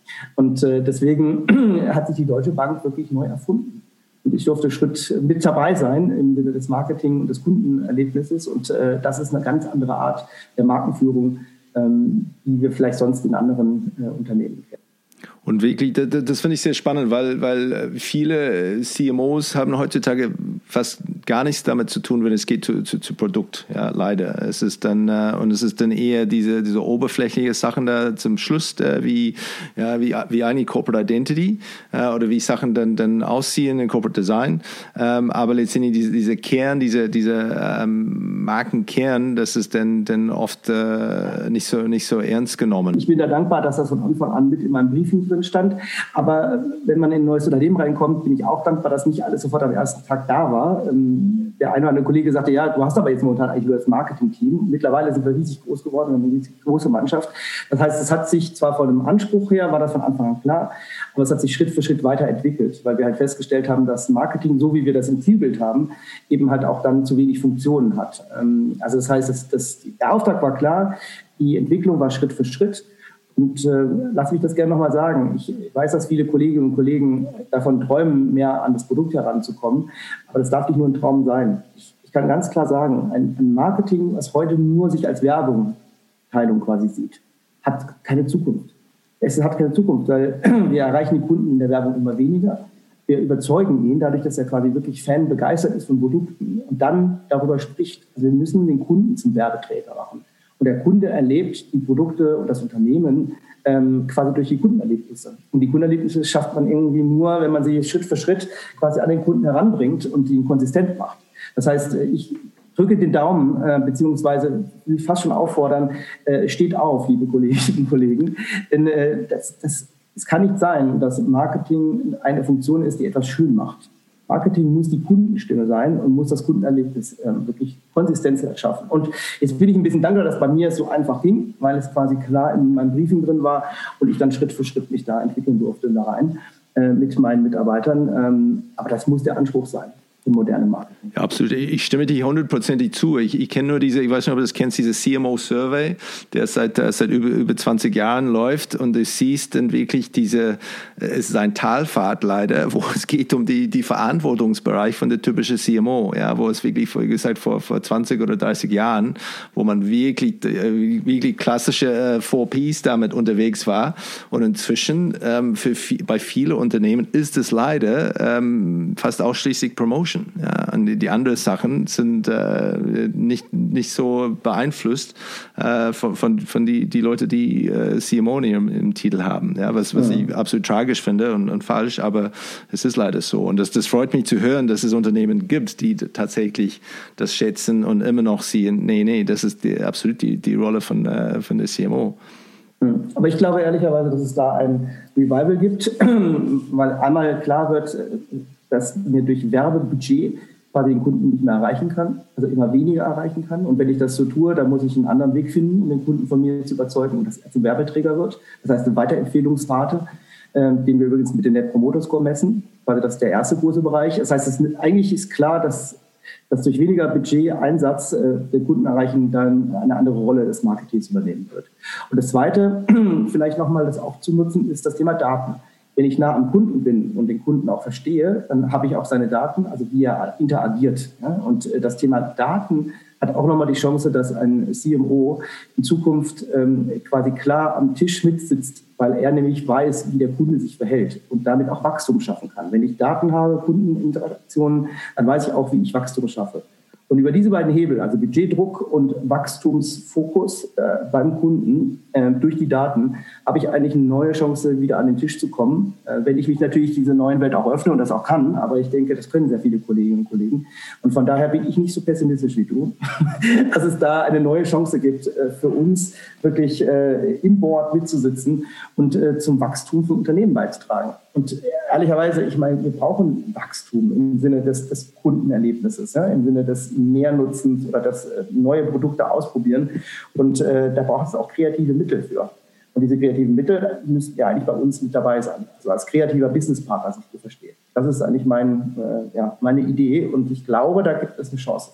Und äh, deswegen hat sich die Deutsche Bank wirklich neu erfunden. Und ich durfte Schritt mit dabei sein im Sinne des Marketing und des Kundenerlebnisses. Und äh, das ist eine ganz andere Art der Markenführung, ähm, die wir vielleicht sonst in anderen äh, Unternehmen kennen. Und wirklich, das, das finde ich sehr spannend, weil, weil viele C M Os haben heutzutage fast gar nichts damit zu tun, wenn es geht zu, zu, zu Produkt. Ja, leider. Es ist dann, äh, und es ist dann eher diese, diese oberflächliche Sachen da zum Schluss, äh, wie, ja, wie, wie eine Corporate Identity, äh, oder wie Sachen dann, dann aussehen in Corporate Design. Ähm, aber letztendlich diese, diese Kern, diese, diese ähm, Markenkern, das ist dann, dann oft äh, nicht so, nicht so ernst genommen. Ich bin da dankbar, dass das von Anfang an mit in meinem Briefing drin stand. Aber wenn man in ein neues Unternehmen reinkommt, bin ich auch dankbar, dass nicht alles sofort am ersten Tag da war. Der eine oder andere Kollege sagte, ja, du hast aber jetzt momentan eigentlich nur das Marketing-Team. Mittlerweile sind wir riesig groß geworden, wir haben eine riesig große Mannschaft. Das heißt, es hat sich zwar von dem Anspruch her, war das von Anfang an klar, aber es hat sich Schritt für Schritt weiterentwickelt, weil wir halt festgestellt haben, dass Marketing, so wie wir das im Zielbild haben, eben halt auch dann zu wenig Funktionen hat. Also das heißt, das, das, der Auftrag war klar, die Entwicklung war Schritt für Schritt. Und äh, lass mich das gerne nochmal sagen. Ich weiß, dass viele Kolleginnen und Kollegen davon träumen, mehr an das Produkt heranzukommen. Aber das darf nicht nur ein Traum sein. Ich, ich kann ganz klar sagen, ein, ein Marketing, was heute nur sich als Werbung, Teilung quasi sieht, hat keine Zukunft. Es hat keine Zukunft, weil wir erreichen die Kunden in der Werbung immer weniger. Wir überzeugen ihn dadurch, dass er quasi wirklich Fan begeistert ist von Produkten und dann darüber spricht. Also wir müssen den Kunden zum Werbeträger machen. Und der Kunde erlebt die Produkte und das Unternehmen ähm, quasi durch die Kundenerlebnisse. Und die Kundenerlebnisse schafft man irgendwie nur, wenn man sie Schritt für Schritt quasi an den Kunden heranbringt und ihn konsistent macht. Das heißt, ich drücke den Daumen, äh, beziehungsweise will fast schon auffordern, äh, steht auf, liebe Kolleginnen und Kollegen. Denn äh, das, das, es kann nicht sein, dass Marketing eine Funktion ist, die etwas schön macht. Marketing muss die Kundenstimme sein und muss das Kundenerlebnis äh, wirklich Konsistenz erschaffen. Und jetzt bin ich ein bisschen dankbar, dass bei mir es so einfach ging, weil es quasi klar in meinem Briefing drin war und ich dann Schritt für Schritt mich da entwickeln durfte da rein äh, mit meinen Mitarbeitern. Ähm, aber das muss der Anspruch sein im modernen Marketing. Ja, absolut. Ich stimme dir hundertprozentig zu. Ich, ich kenne nur diese, ich weiß nicht, ob du das kennst, diese C M O-Survey, der seit, seit über, über zwanzig Jahren läuft und du siehst dann wirklich diese, es ist ein Talfahrt leider, wo es geht um die, die Verantwortungsbereich von der typischen C M O, ja, wo es wirklich, wie gesagt, vor, vor zwanzig oder dreißig Jahren, wo man wirklich, wirklich klassische vier Ps damit unterwegs war und inzwischen ähm, für, bei vielen Unternehmen ist es leider ähm, fast ausschließlich Promotion. Ja, und die, die anderen Sachen sind äh, nicht, nicht so beeinflusst äh, von, von, von die, die Leute, die äh, C M O im, im Titel haben. Ja, was, was ja. ich absolut tragisch finde und, und falsch, aber es ist leider so. Und das, das freut mich zu hören, dass es Unternehmen gibt, die tatsächlich das schätzen und immer noch sehen, nee, nee, das ist die, absolut die, die Rolle von, äh, von der C M O. Aber ich glaube ehrlicherweise, dass es da ein Revival gibt, weil einmal klar wird, dass mir durch Werbebudget quasi den Kunden nicht mehr erreichen kann, also immer weniger erreichen kann. Und wenn ich das so tue, dann muss ich einen anderen Weg finden, um den Kunden von mir zu überzeugen, dass er zum Werbeträger wird. Das heißt, eine Weiterempfehlungsrate, äh, den wir übrigens mit dem Net Promoter Score messen, weil das ist der erste große Bereich. Das heißt, es, eigentlich ist klar, dass, dass durch weniger Budget-Einsatz äh, der Kunden erreichen dann eine andere Rolle des Marketings übernehmen wird. Und das Zweite, vielleicht nochmal das auch zu nutzen, ist das Thema Daten. Wenn ich nah am Kunden bin und den Kunden auch verstehe, dann habe ich auch seine Daten, also wie er interagiert. Ja? Und das Thema Daten hat auch nochmal die Chance, dass ein C M O in Zukunft ähm, quasi klar am Tisch mitsitzt, weil er nämlich weiß, wie der Kunde sich verhält und damit auch Wachstum schaffen kann. Wenn ich Daten habe, Kundeninteraktionen, dann weiß ich auch, wie ich Wachstum schaffe. Und über diese beiden Hebel, also Budgetdruck und Wachstumsfokus äh, beim Kunden äh, durch die Daten, habe ich eigentlich eine neue Chance, wieder an den Tisch zu kommen. Äh, wenn ich mich natürlich dieser neuen Welt auch öffne und das auch kann, aber ich denke, das können sehr viele Kolleginnen und Kollegen. Und von daher bin ich nicht so pessimistisch wie du, dass es da eine neue Chance gibt, äh, für uns wirklich äh, im Board mitzusitzen und äh, zum Wachstum für Unternehmen beizutragen. Und ehrlicherweise, ich meine, wir brauchen Wachstum im Sinne des, des Kundenerlebnisses, ja, im Sinne des Mehrnutzens oder des äh, neue Produkte ausprobieren. Und äh, da braucht es auch kreative Mittel für. Und diese kreativen Mittel müssten ja eigentlich bei uns mit dabei sein. Also als kreativer Businesspartner sich zu verstehen. Das ist eigentlich mein, äh, ja, meine Idee und ich glaube, da gibt es eine Chance.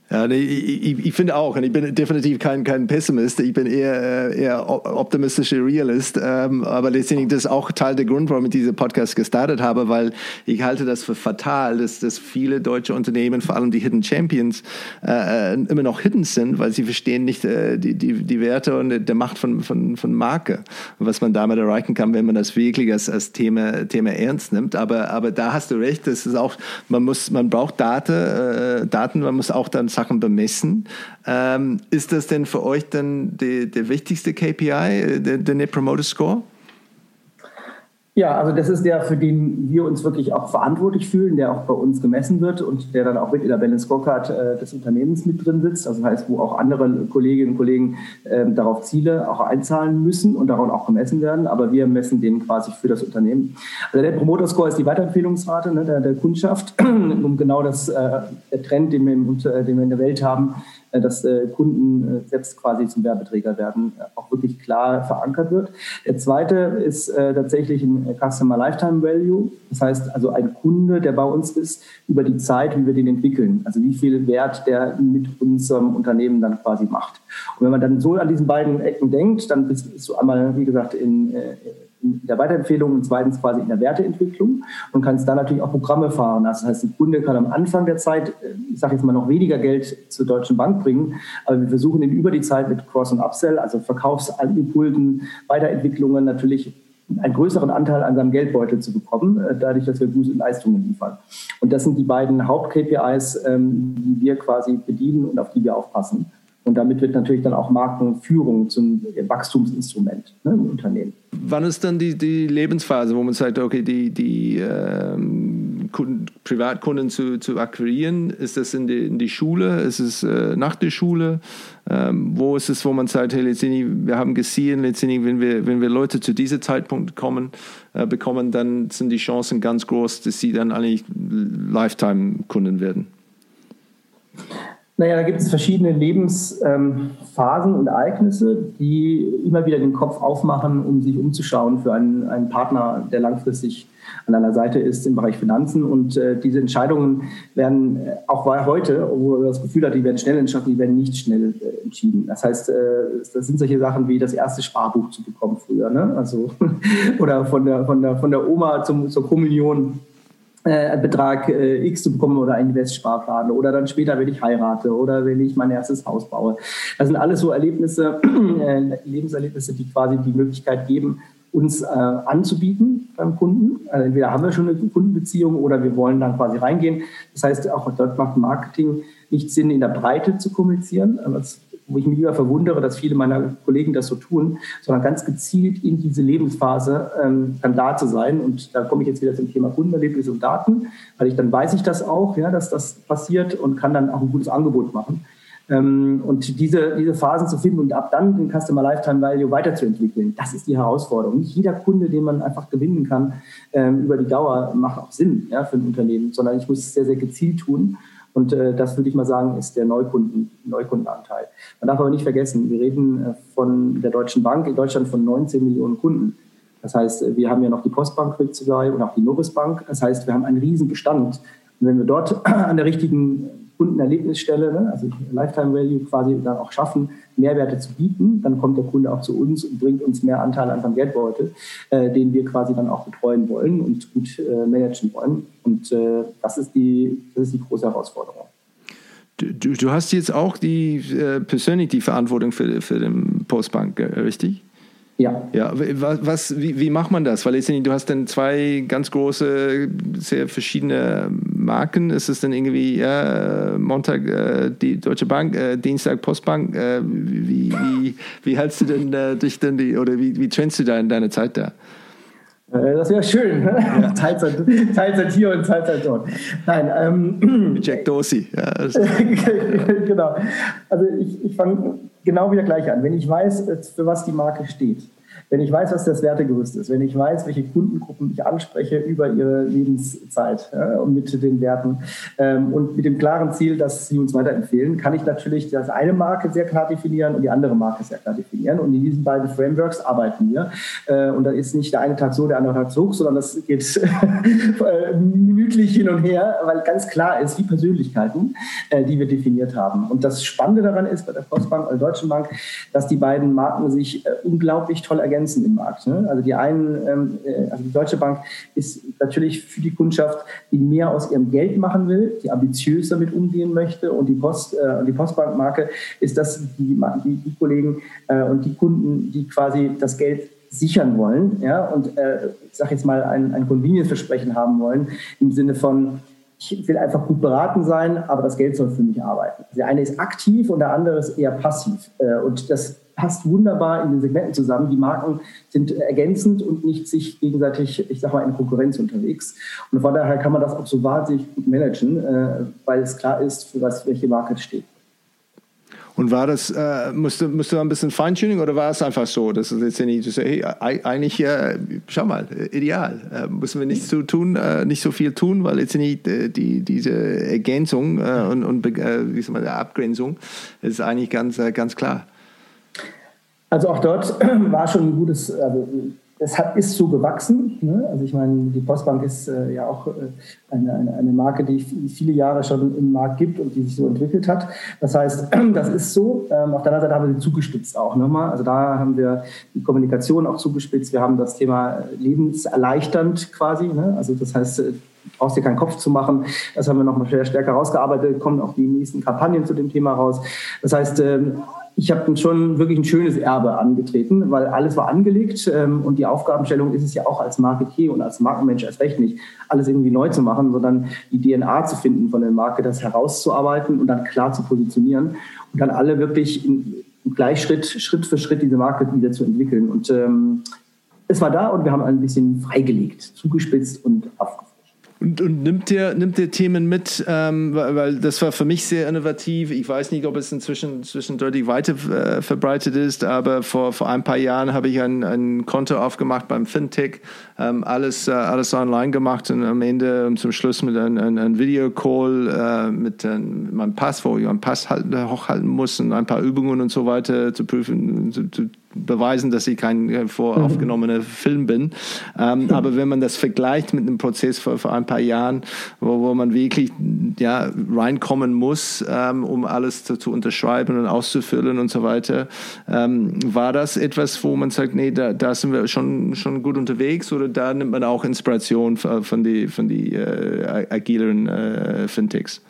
Ja, nee, ich, ich finde auch, und ich bin definitiv kein, kein Pessimist, ich bin eher, eher optimistischer Realist, ähm, aber letztendlich das ist auch Teil der Grund, warum ich diesen Podcast gestartet habe, weil ich halte das für fatal, dass, dass viele deutsche Unternehmen, vor allem die Hidden Champions, äh, immer noch hidden sind, weil sie verstehen nicht äh, die, die, die Werte und der Macht von, von, von Marke und was man damit erreichen kann, wenn man das wirklich als, als Thema, Thema ernst nimmt. Aber, aber da hast du recht, das ist auch, man muss, man braucht Daten, äh, Daten, man muss auch dann Sachen bemessen. Ähm, ist das denn für euch dann die, der wichtigste K P I, der, der Net Promoter Score? Ja, also das ist der, für den wir uns wirklich auch verantwortlich fühlen, der auch bei uns gemessen wird und der dann auch mit in der Balance Scorecard äh, des Unternehmens mit drin sitzt. Also das heißt, wo auch andere Kolleginnen und Kollegen äh, darauf Ziele auch einzahlen müssen und daran auch gemessen werden. Aber wir messen den quasi für das Unternehmen. Also der Promoter Score ist die Weiterempfehlungsrate, ne, der, der Kundschaft, um genau das, äh, der Trend, den wir, im, äh, den wir in der Welt haben, dass äh, Kunden äh, selbst quasi zum Werbeträger werden, äh, auch wirklich klar verankert wird. Der zweite ist äh, tatsächlich ein Customer Lifetime Value. Das heißt also ein Kunde, der bei uns ist, über die Zeit, wie wir den entwickeln. Also wie viel Wert der mit unserem Unternehmen dann quasi macht. Und wenn man dann so an diesen beiden Ecken denkt, dann bist, bist du einmal, wie gesagt, in, äh, in der Weiterempfehlung und zweitens quasi in der Werteentwicklung und kannst dann natürlich auch Programme fahren. Das heißt, ein Kunde kann am Anfang der Zeit, ich sage jetzt mal, noch weniger Geld zur Deutschen Bank bringen, aber wir versuchen ihn über die Zeit mit Cross- und Upsell, also Verkaufsimpulsen, Weiterentwicklungen natürlich einen größeren Anteil an seinem Geldbeutel zu bekommen, dadurch, dass wir gute Leistungen liefern. Und das sind die beiden Haupt-K P Is, die wir quasi bedienen und auf die wir aufpassen. Und damit wird natürlich dann auch Markenführung zum Wachstumsinstrument, ne, im Unternehmen. Wann ist dann die, die Lebensphase, wo man sagt, okay, die, die ähm, Kunden, Privatkunden zu, zu akquirieren? Ist das in die, in die Schule? Ist es äh, nach der Schule? Ähm, wo ist es, wo man sagt, hey, letztendlich, wir haben gesehen, letztendlich, wenn wir, wenn wir Leute zu diesem Zeitpunkt kommen, äh, bekommen, dann sind die Chancen ganz groß, dass sie dann eigentlich Lifetime-Kunden werden. Naja, da gibt es verschiedene Lebensphasen ähm, und Ereignisse, die immer wieder den Kopf aufmachen, um sich umzuschauen für einen, einen Partner, der langfristig an einer Seite ist im Bereich Finanzen. Und äh, diese Entscheidungen werden auch heute, wo man das Gefühl hat, die werden schnell entschieden, die werden nicht schnell äh, entschieden. Das heißt, äh, das sind solche Sachen wie das erste Sparbuch zu bekommen früher, ne? Also oder von der, von der, von der Oma zum, zur Kommunion. Äh, Betrag äh, X zu bekommen oder einen Investsparplan oder dann später, wenn ich heirate oder wenn ich mein erstes Haus baue. Das sind alles so Erlebnisse, äh, Lebenserlebnisse, die quasi die Möglichkeit geben, uns äh, anzubieten beim Kunden. Also entweder haben wir schon eine Kundenbeziehung oder wir wollen dann quasi reingehen. Das heißt, auch dort macht Marketing nicht Sinn, in der Breite zu kommunizieren, was, wo ich mich lieber verwundere, dass viele meiner Kollegen das so tun, sondern ganz gezielt in diese Lebensphase ähm, dann da zu sein. Und da komme ich jetzt wieder zum Thema Kundenerlebnis und Daten, weil ich dann weiß ich das auch, ja, dass das passiert und kann dann auch ein gutes Angebot machen. Ähm, und diese, diese Phasen zu finden und ab dann den Customer Lifetime Value weiterzuentwickeln, das ist die Herausforderung. Nicht jeder Kunde, den man einfach gewinnen kann, ähm, über die Dauer macht auch Sinn, ja, für ein Unternehmen, sondern ich muss es sehr, sehr gezielt tun. Und äh, das würde ich mal sagen, ist der Neukunden, Neukundenanteil. Man darf aber nicht vergessen, wir reden äh, von der Deutschen Bank in Deutschland von neunzehn Millionen Kunden. Das heißt, wir haben ja noch die Postbank mit dabei und auch die Novus Bank. Das heißt, wir haben einen riesen Bestand. Und wenn wir dort an der richtigen Kundenerlebnisstelle, ne, also Lifetime Value quasi dann auch schaffen, Mehrwerte zu bieten, dann kommt der Kunde auch zu uns und bringt uns mehr Anteil an seinem Geldbeutel, äh, den wir quasi dann auch betreuen wollen und gut äh, managen wollen. Und äh, das ist die, das ist die große Herausforderung. Du, du, du hast jetzt auch die äh, persönlich die Verantwortung für, für den Postbank, äh, richtig? Ja. Ja, was, wie, wie macht man das? Weil jetzt, du hast dann zwei ganz große, sehr verschiedene Marken. Ist es dann irgendwie ja, Montag äh, die Deutsche Bank, äh, Dienstag Postbank? Äh, wie, wie, wie hältst du denn äh, dich denn die, oder wie, wie trennst du da in deine Zeit da? Das wäre schön. Ne? Ja. Teilzeit, Teilzeit hier und Teilzeit dort. Nein. Ähm, Jack Dorsey. Ja, genau. Also ich, ich fange genau wieder gleich an. Wenn ich weiß, für was die Marke steht, Wenn ich weiß, was das Wertegerüst ist, wenn ich weiß, welche Kundengruppen ich anspreche über ihre Lebenszeit ja, und mit den Werten ähm, und mit dem klaren Ziel, dass sie uns weiterempfehlen, kann ich natürlich das eine Marke sehr klar definieren und die andere Marke sehr klar definieren. Und in diesen beiden Frameworks arbeiten wir. Äh, und da ist nicht der eine Tag so, der andere Tag so, sondern das geht minütlich hin und her, weil ganz klar ist, wie Persönlichkeiten, äh, die wir definiert haben. Und das Spannende daran ist bei der Postbank oder der Deutschen Bank, dass die beiden Marken sich äh, unglaublich toll ergänzen im Markt. Ne? Also die einen, ähm, äh, also die Deutsche Bank ist natürlich für die Kundschaft, die mehr aus ihrem Geld machen will, die ambitiös damit umgehen möchte, und die Post, äh, die Postbank-Marke ist das die, die, die Kollegen äh, und die Kunden, die quasi das Geld sichern wollen, ja, und äh, ich sage jetzt mal ein, ein Convenience-Versprechen haben wollen, im Sinne von, ich will einfach gut beraten sein, aber das Geld soll für mich arbeiten. Der eine ist aktiv und der andere ist eher passiv. Äh, und das passt wunderbar in den Segmenten zusammen. Die Marken sind ergänzend und nicht sich gegenseitig, ich sag mal, in Konkurrenz unterwegs. Und von daher kann man das auch so wahnsinnig gut managen, äh, weil es klar ist, für was welche Marke steht. Und war das, äh, musste, musste da ein bisschen Feintuning oder war es einfach so, dass es jetzt nicht so, hey, eigentlich, äh, schau mal, ideal, äh, müssen wir nichts so tun, äh, nicht so viel tun, weil jetzt nicht äh, die, diese Ergänzung äh, und, und äh, wie soll man, Abgrenzung ist eigentlich ganz, äh, ganz klar. Also auch dort war schon ein gutes, also es hat, ist so gewachsen. Ne? Also ich meine, die Postbank ist äh, ja auch äh, eine, eine, eine Marke, die viele Jahre schon im Markt gibt und die sich so entwickelt hat. Das heißt, das ist so. Ähm, auf der anderen Seite haben wir sie zugespitzt auch nochmal. Also da haben wir die Kommunikation auch zugespitzt. Wir haben das Thema lebenserleichternd quasi. Ne? Also das heißt, du brauchst dir keinen Kopf zu machen. Das haben wir nochmal sehr stärker rausgearbeitet. Kommen auch die nächsten Kampagnen zu dem Thema raus. Das heißt, ähm, ich habe schon wirklich ein schönes Erbe angetreten, weil alles war angelegt ähm, und die Aufgabenstellung ist es ja auch als Marketier und als Markenmensch erst recht nicht, alles irgendwie neu zu machen, sondern die D N A zu finden von der Marke, das herauszuarbeiten und dann klar zu positionieren und dann alle wirklich in, im Gleichschritt, Schritt für Schritt diese Marke wieder zu entwickeln. Und ähm, es war da und wir haben ein bisschen freigelegt, zugespitzt und aufgefrischt. Und, und nimmt ihr nimmt ihr Themen mit, ähm, weil, weil das war für mich sehr innovativ. Ich weiß nicht, ob es inzwischen, inzwischen deutlich weiter äh, verbreitet ist, aber vor, vor ein paar Jahren habe ich ein, ein Konto aufgemacht beim Fintech, ähm, alles, äh, alles online gemacht und am Ende zum Schluss mit einem ein, ein Videocall äh, mit, äh, mit meinem Pass, wo ich meinen Pass halten, hochhalten muss und ein paar Übungen und so weiter zu prüfen, zu, zu beweisen, dass ich kein voraufgenommener mhm. Film bin. Ähm, mhm. Aber wenn man das vergleicht mit einem Prozess vor, vor ein paar Jahren, wo, wo man wirklich ja, reinkommen muss, ähm, um alles zu, zu unterschreiben und auszufüllen und so weiter, ähm, war das etwas, wo man sagt, nee, da, da sind wir schon, schon gut unterwegs, oder da nimmt man auch Inspiration von die, von die äh, agileren äh, Fintechs?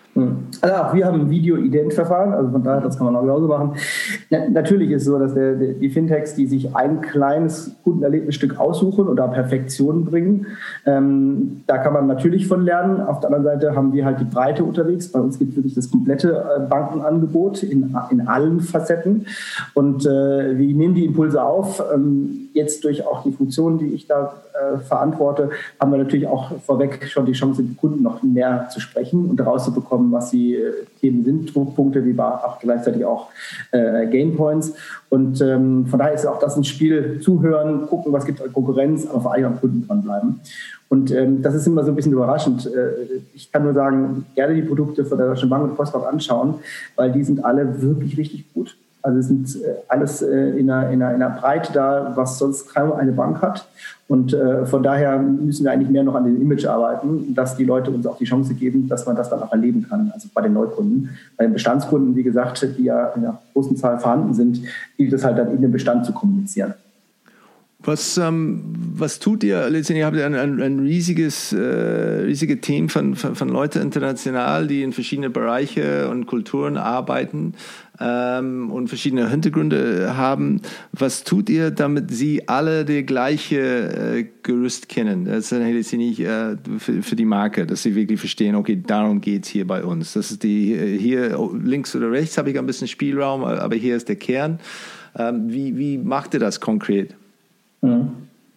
Also auch wir haben ein Video-Ident-Verfahren, also von daher, das kann man auch genauso machen. Na, natürlich ist es so, dass der, die Fintechs, die sich ein kleines Kundenerlebnisstück aussuchen und da Perfektion bringen, ähm, da kann man natürlich von lernen. Auf der anderen Seite haben wir halt die Breite unterwegs. Bei uns gibt es wirklich das komplette Bankenangebot in, in allen Facetten. Und äh, wir nehmen die Impulse auf. Ähm, jetzt durch auch die Funktionen, die ich da äh, verantworte, haben wir natürlich auch vorweg schon die Chance, mit Kunden noch mehr zu sprechen und rauszubekommen, was die äh, Themen sind, Druckpunkte, wie auch gleichzeitig auch äh, Gainpoints. Und ähm, von daher ist auch das ein Spiel, zuhören, gucken, was gibt es an Konkurrenz, aber vor allem am Kunden dranbleiben. Und ähm, das ist immer so ein bisschen überraschend. Äh, ich kann nur sagen, gerne die Produkte von der Deutschen Bank und Postbank anschauen, weil die sind alle wirklich richtig gut. Also es sind äh, alles äh, in, einer, in, einer, in einer Breite da, was sonst kaum eine Bank hat. Und äh, von daher müssen wir eigentlich mehr noch an dem Image arbeiten, dass die Leute uns auch die Chance geben, dass man das dann auch erleben kann. Also bei den Neukunden. Bei den Bestandskunden, wie gesagt, die ja in einer großen Zahl vorhanden sind, gilt es halt dann in den Bestand zu kommunizieren. Was, ähm, was tut ihr? Letztendlich habt ihr ein, ein, ein riesiges, äh, riesige Team von, von, von Leuten international, die in verschiedene Bereiche und Kulturen arbeiten ähm, und verschiedene Hintergründe haben. Was tut ihr, damit sie alle das gleiche äh, Gerüst kennen? Das ist jetzt nicht äh, für, für die Marke, dass sie wirklich verstehen, okay, darum geht es hier bei uns. Das ist die, hier links oder rechts habe ich ein bisschen Spielraum, aber hier ist der Kern. Ähm, wie, wie macht ihr das konkret?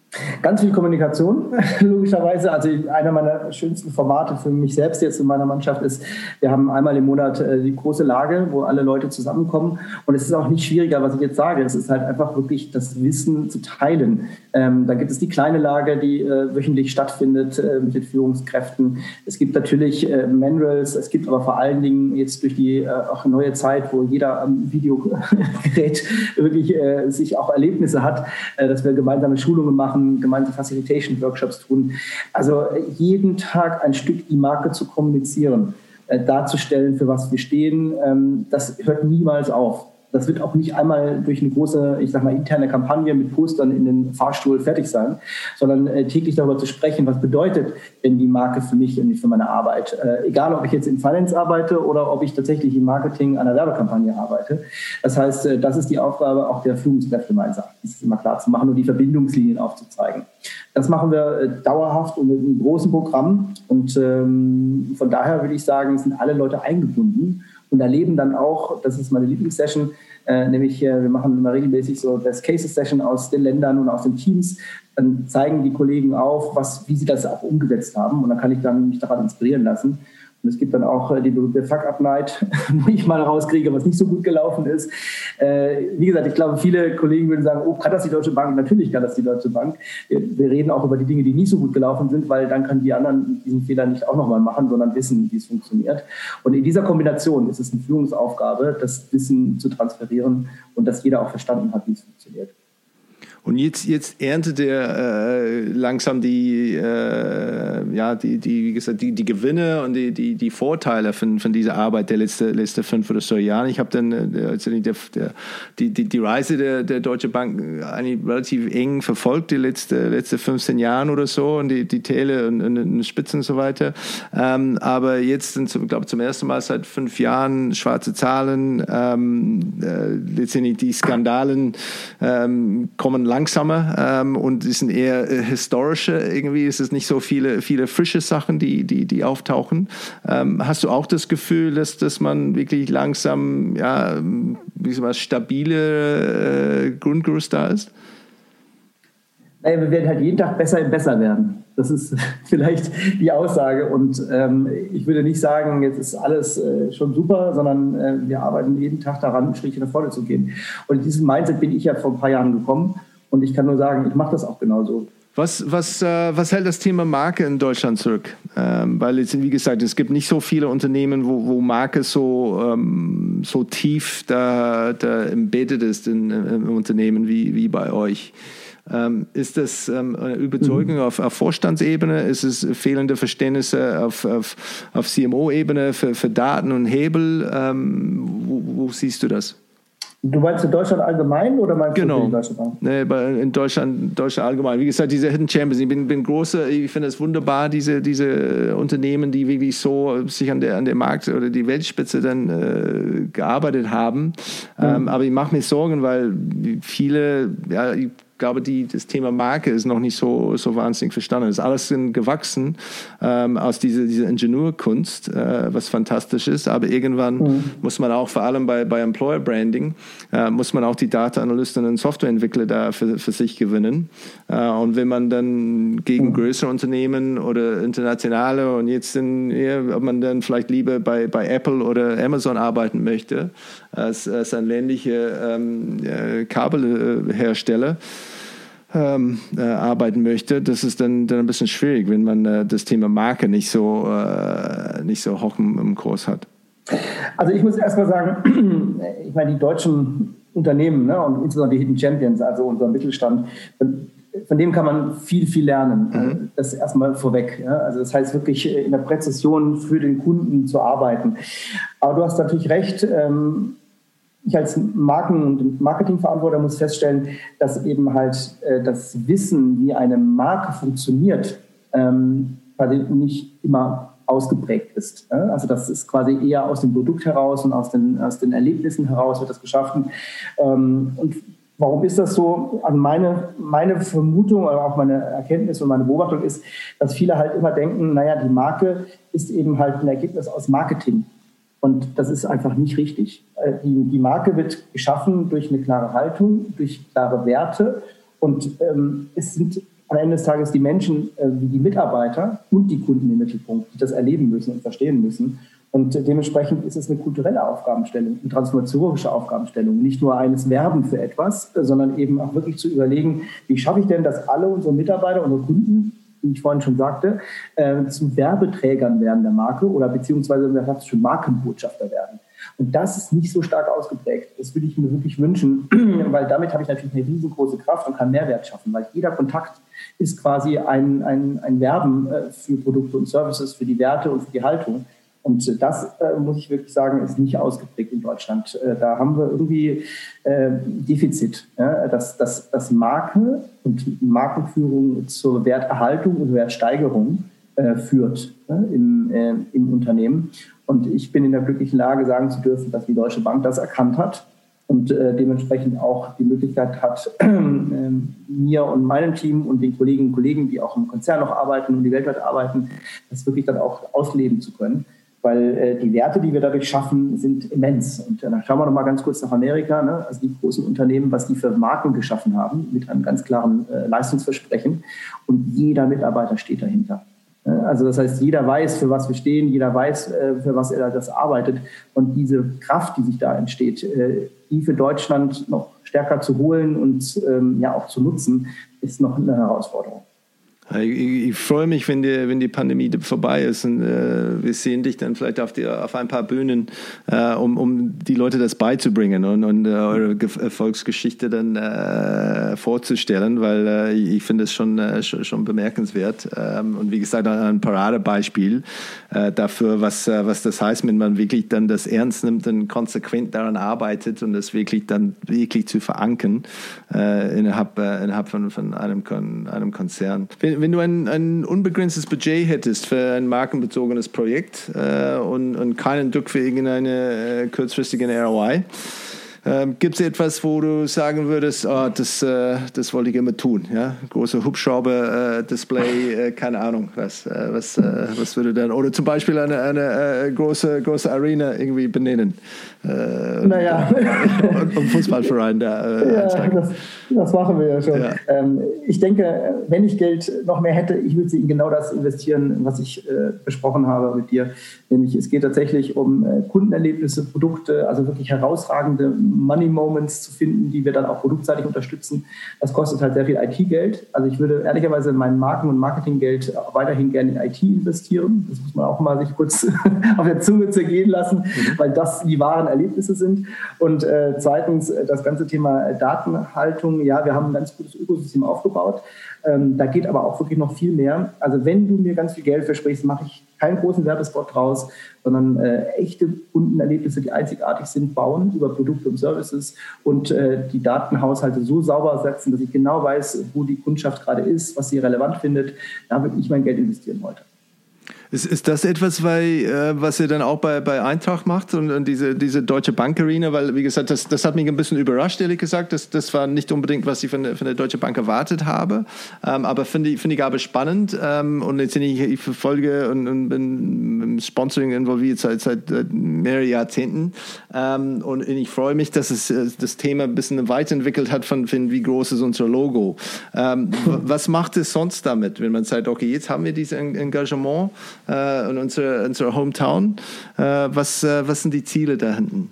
Ganz viel Kommunikation, logischerweise. Also einer meiner schönsten Formate für mich selbst jetzt in meiner Mannschaft ist, wir haben einmal im Monat äh, die große Lage, wo alle Leute zusammenkommen. Und es ist auch nicht schwieriger, was ich jetzt sage. Es ist halt einfach wirklich das Wissen zu teilen. Ähm, da gibt es die kleine Lage, die äh, wöchentlich stattfindet äh, mit den Führungskräften. Es gibt natürlich äh, Manuals, es gibt aber vor allen Dingen jetzt durch die äh, auch neue Zeit, wo jeder am Videogerät wirklich äh, sich auch Erlebnisse hat, äh, dass wir gemeinsame Schulungen machen, gemeinsame Facilitation-Workshops tun. Also jeden Tag ein Stück die Marke zu kommunizieren, äh, darzustellen, für was wir stehen, ähm, das hört niemals auf. Das wird auch nicht einmal durch eine große, ich sag mal, interne Kampagne mit Postern in den Fahrstuhl fertig sein, sondern äh, täglich darüber zu sprechen, was bedeutet denn die Marke für mich und für meine Arbeit. Äh, egal, ob ich jetzt in Finance arbeite oder ob ich tatsächlich im Marketing einer Werbekampagne arbeite. Das heißt, äh, das ist die Aufgabe auch der Führungskräfte meines Erachtens, das ist immer klar zu machen und die Verbindungslinien aufzuzeigen. Das machen wir äh, dauerhaft und mit einem großen Programm. Und ähm, von daher würde ich sagen, sind alle Leute eingebunden und erleben dann auch, das ist meine Lieblingssession, äh, nämlich äh, wir machen immer regelmäßig so Best-Cases-Session aus den Ländern und aus den Teams. Dann zeigen die Kollegen auf, was, wie sie das auch umgesetzt haben. Und dann kann ich dann mich daran inspirieren lassen. Und es gibt dann auch äh, die berühmte Fuck-Up-Night, wo ich mal rauskriege, was nicht so gut gelaufen ist. Äh, wie gesagt, ich glaube, viele Kollegen würden sagen, oh, kann das die Deutsche Bank? Natürlich kann das die Deutsche Bank. Wir, wir reden auch über die Dinge, die nicht so gut gelaufen sind, weil dann können die anderen diesen Fehler nicht auch nochmal machen, sondern wissen, wie es funktioniert. Und in dieser Kombination ist es eine Führungsaufgabe, das Wissen zu transferieren und dass jeder auch verstanden hat, wie es funktioniert. Und jetzt, jetzt erntet er äh, langsam die, äh, ja, die, die, wie gesagt, die, die Gewinne und die, die, die Vorteile von, von dieser Arbeit der letzten letzte fünf oder so Jahre. Ich habe dann also die, der, die, die, die Reise der, der Deutsche Bank eigentlich relativ eng verfolgt, die letzte, letzte fünfzehn Jahre oder so, und die, die Täler und, und, und Spitzen und so weiter. Ähm, aber jetzt sind, ich glaube, zum ersten Mal seit fünf Jahren schwarze Zahlen, ähm, äh, letztendlich die Skandalen ähm, kommen langsamer ähm, und es sind eher äh, historische, irgendwie ist es nicht so viele, viele frische Sachen, die, die, die auftauchen. Ähm, hast du auch das Gefühl, dass, dass man wirklich langsam, ja, wie soll man, stabile äh, Grundgerüst da ist? Naja, wir werden halt jeden Tag besser und besser werden. Das ist vielleicht die Aussage. Und ähm, ich würde nicht sagen, jetzt ist alles äh, schon super, sondern äh, wir arbeiten jeden Tag daran, Schritte nach vorne zu gehen. Und in diesem Mindset bin ich ja vor ein paar Jahren gekommen. Und ich kann nur sagen, ich mache das auch genauso. Was, was, äh, was hält das Thema Marke in Deutschland zurück? Ähm, weil, jetzt, wie gesagt, es gibt nicht so viele Unternehmen, wo, wo Marke so, ähm, so tief da, da embedded ist in, im Unternehmen wie, wie bei euch. Ähm, ist das ähm, eine Überzeugung mhm. auf, auf Vorstandsebene? Ist es fehlende Verständnisse auf, auf, auf C M O-Ebene für, für Daten und Hebel? Ähm, wo, wo siehst du das? Du meinst in Deutschland allgemein oder meinst genau. du in Deutschland? Nee, in Deutschland, Deutschland allgemein. Wie gesagt, diese Hidden Champions, ich bin, bin große, ich finde es wunderbar, diese, diese Unternehmen, die wirklich so sich an der, an der Markt- oder die Weltspitze dann äh, gearbeitet haben. Mhm. Ähm, aber ich mache mir Sorgen, weil viele, ja, ich glaube, die, das Thema Marke ist noch nicht so, so wahnsinnig verstanden. Es ist alles gewachsen ähm, aus dieser, dieser Ingenieurkunst, äh, was fantastisch ist. Aber irgendwann mhm. muss man auch, vor allem bei, bei Employer Branding, äh, muss man auch die Data-Analysten und Softwareentwickler da für, für sich gewinnen. Äh, und wenn man dann gegen mhm. größere Unternehmen oder internationale und jetzt in, ja, ob man dann vielleicht lieber bei, bei Apple oder Amazon arbeiten möchte, als, als ein ländlicher ähm, äh, Kabelhersteller, Ähm, äh, arbeiten möchte, das ist dann, dann ein bisschen schwierig, wenn man äh, das Thema Marke nicht so, äh, nicht so hoch im, im Kurs hat. Also ich muss erst mal sagen, ich meine, die deutschen Unternehmen, ne, und insbesondere die Hidden Champions, also unser Mittelstand, von, von dem kann man viel, viel lernen. Mhm. Das erstmal vorweg. Ja. Also das heißt wirklich in der Präzision für den Kunden zu arbeiten. Aber du hast natürlich recht, ähm, ich als Marken- und Marketingverantwortler muss feststellen, dass eben halt äh, das Wissen, wie eine Marke funktioniert, ähm, quasi nicht immer ausgeprägt ist. Äh? Also das ist quasi eher aus dem Produkt heraus und aus den, aus den Erlebnissen heraus wird das geschaffen. Ähm, und warum ist das so? Also meine, meine Vermutung oder auch meine Erkenntnis und meine Beobachtung ist, dass viele halt immer denken, naja, die Marke ist eben halt ein Ergebnis aus Marketing. Und das ist einfach nicht richtig. Die, die Marke wird geschaffen durch eine klare Haltung, durch klare Werte. Und ähm, es sind am Ende des Tages die Menschen, äh, wie die Mitarbeiter und die Kunden im Mittelpunkt, die das erleben müssen und verstehen müssen. Und äh, dementsprechend ist es eine kulturelle Aufgabenstellung, eine transformatorische Aufgabenstellung, nicht nur eines Werben für etwas, äh, sondern eben auch wirklich zu überlegen, wie schaffe ich denn, dass alle unsere Mitarbeiter, unsere Kunden, wie ich vorhin schon sagte, äh, zu Werbeträgern werden der Marke oder beziehungsweise schon Markenbotschafter werden. Und das ist nicht so stark ausgeprägt. Das würde ich mir wirklich wünschen, weil damit habe ich natürlich eine riesengroße Kraft und kann Mehrwert schaffen, weil jeder Kontakt ist quasi ein, ein, ein Werben äh, für Produkte und Services, für die Werte und für die Haltung. Und das, äh, muss ich wirklich sagen, ist nicht ausgeprägt in Deutschland. Äh, da haben wir irgendwie äh, Defizit, ja? dass, dass, dass Marke und Markenführung zur Werterhaltung und Wertsteigerung äh, führt äh, im, äh, im Unternehmen. Und ich bin in der glücklichen Lage, sagen zu dürfen, dass die Deutsche Bank das erkannt hat und äh, dementsprechend auch die Möglichkeit hat, äh, mir und meinem Team und den Kolleginnen und Kollegen, die auch im Konzern noch arbeiten und die weltweit arbeiten, das wirklich dann auch ausleben zu können. Weil äh, die Werte, die wir dadurch schaffen, sind immens. Und äh, dann schauen wir noch mal ganz kurz nach Amerika, ne? Also die großen Unternehmen, was die für Marken geschaffen haben, mit einem ganz klaren äh, Leistungsversprechen. Und jeder Mitarbeiter steht dahinter. Äh, also das heißt, jeder weiß, für was wir stehen, jeder weiß, äh, für was er das arbeitet. Und diese Kraft, die sich da entsteht, äh, die für Deutschland noch stärker zu holen und ähm, ja auch zu nutzen, ist noch eine Herausforderung. Ich, ich freue mich, wenn die, wenn die Pandemie vorbei ist und äh, wir sehen dich dann vielleicht auf, die, auf ein paar Bühnen, äh, um, um die Leute das beizubringen und, und äh, eure Erfolgsgeschichte dann äh, vorzustellen, weil äh, ich finde es schon, äh, schon, schon bemerkenswert. Ähm, und wie gesagt, ein Paradebeispiel äh, dafür, was, äh, was das heißt, wenn man wirklich dann das ernst nimmt und konsequent daran arbeitet und das wirklich dann wirklich zu verankern äh, innerhalb, äh, innerhalb von, von einem, einem Konzern. Wenn, Wenn du ein, ein unbegrenztes Budget hättest für ein markenbezogenes Projekt äh, und, und keinen Druck für irgendeine äh, kurzfristige R O I, ähm, gibt es etwas, wo du sagen würdest, oh, das, äh, das wollte ich immer tun? Ja? Große Hubschrauber-Display, äh, äh, keine Ahnung, was, äh, was, äh, was würde dann, oder zum Beispiel eine, eine äh, große, große Arena irgendwie benennen. Äh, naja. Und, und Fußballverein da äh, ja, das, das machen wir ja schon. Ja. Ähm, ich denke, wenn ich Geld noch mehr hätte, ich würde sie in genau das investieren, was ich äh, besprochen habe mit dir. Nämlich es geht tatsächlich um äh, Kundenerlebnisse, Produkte, also wirklich herausragende Money Moments zu finden, die wir dann auch produktseitig unterstützen. Das kostet halt sehr viel I T-Geld. Also ich würde ehrlicherweise mein Marken- und Marketinggeld weiterhin gerne in I T investieren. Das muss man auch mal sich kurz auf der Zunge zergehen lassen, mhm. weil das die wahren Erlebnisse sind. Und äh, zweitens das ganze Thema Datenhaltung. Ja, wir haben ein ganz gutes Ökosystem aufgebaut. Ähm, da geht aber auch wirklich noch viel mehr. Also wenn du mir ganz viel Geld versprichst, mache ich keinen großen Werbespot draus, sondern äh, echte Kundenerlebnisse, die einzigartig sind, bauen über Produkte und Services und äh, die Datenhaushalte so sauber setzen, dass ich genau weiß, wo die Kundschaft gerade ist, was sie relevant findet. Da würde ich mein Geld investieren heute. Ist, ist das etwas, weil, äh, was ihr dann auch bei, bei Eintracht macht und, und diese, diese Deutsche Bank Arena? Weil, wie gesagt, das, das hat mich ein bisschen überrascht, ehrlich gesagt. Das, das war nicht unbedingt, was ich von der, von der Deutsche Bank erwartet habe. Ähm, aber finde ich, finde ich aber spannend. Ähm, und jetzt ich, ich verfolge und, und bin im Sponsoring involviert seit, seit mehreren Jahrzehnten. Ähm, und ich freue mich, dass es das Thema ein bisschen weiterentwickelt hat von, von wie groß ist unser Logo. Ähm, was macht es sonst damit, wenn man sagt, okay, jetzt haben wir dieses Engagement in unserer, unserer Hometown. Was, was sind die Ziele da hinten?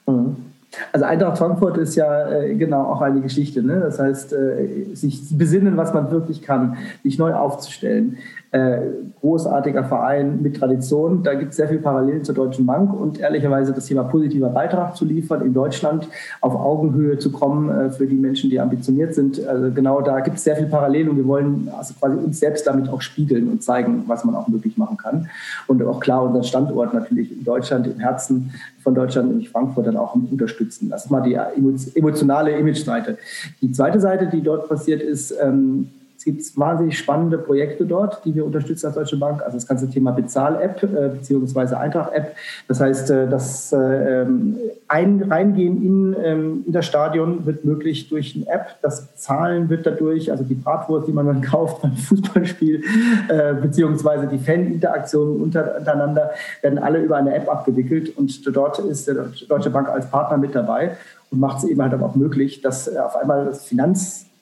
Also Eintracht Frankfurt ist ja äh, genau auch eine Geschichte. Ne? Das heißt, äh, sich besinnen, was man wirklich kann, sich neu aufzustellen. Äh, großartiger Verein mit Tradition. Da gibt es sehr viel Parallelen zur Deutschen Bank und ehrlicherweise das Thema positiver Beitrag zu liefern, in Deutschland auf Augenhöhe zu kommen äh, für die Menschen, die ambitioniert sind. Also genau da gibt es sehr viel Parallelen und wir wollen also quasi uns selbst damit auch spiegeln und zeigen, was man auch wirklich machen kann. Und auch klar unseren Standort natürlich in Deutschland, im Herzen von Deutschland, nämlich Frankfurt, dann auch unterstützen. Das ist mal die emotionale Image-Seite. Die zweite Seite, die dort passiert ist, ähm, es gibt wahnsinnig spannende Projekte dort, die wir unterstützen als Deutsche Bank. Also das ganze Thema Bezahl-App äh, beziehungsweise Eintracht-App. Das heißt, äh, das äh, ein, Reingehen in, ähm, in das Stadion wird möglich durch eine App. Das Bezahlen wird dadurch, also die Bratwurst, die man dann kauft beim Fußballspiel, äh, beziehungsweise die Fan-Interaktionen untereinander, werden alle über eine App abgewickelt. Und dort ist die Deutsche Bank als Partner mit dabei und macht es eben halt auch möglich, dass äh, auf einmal das Finanz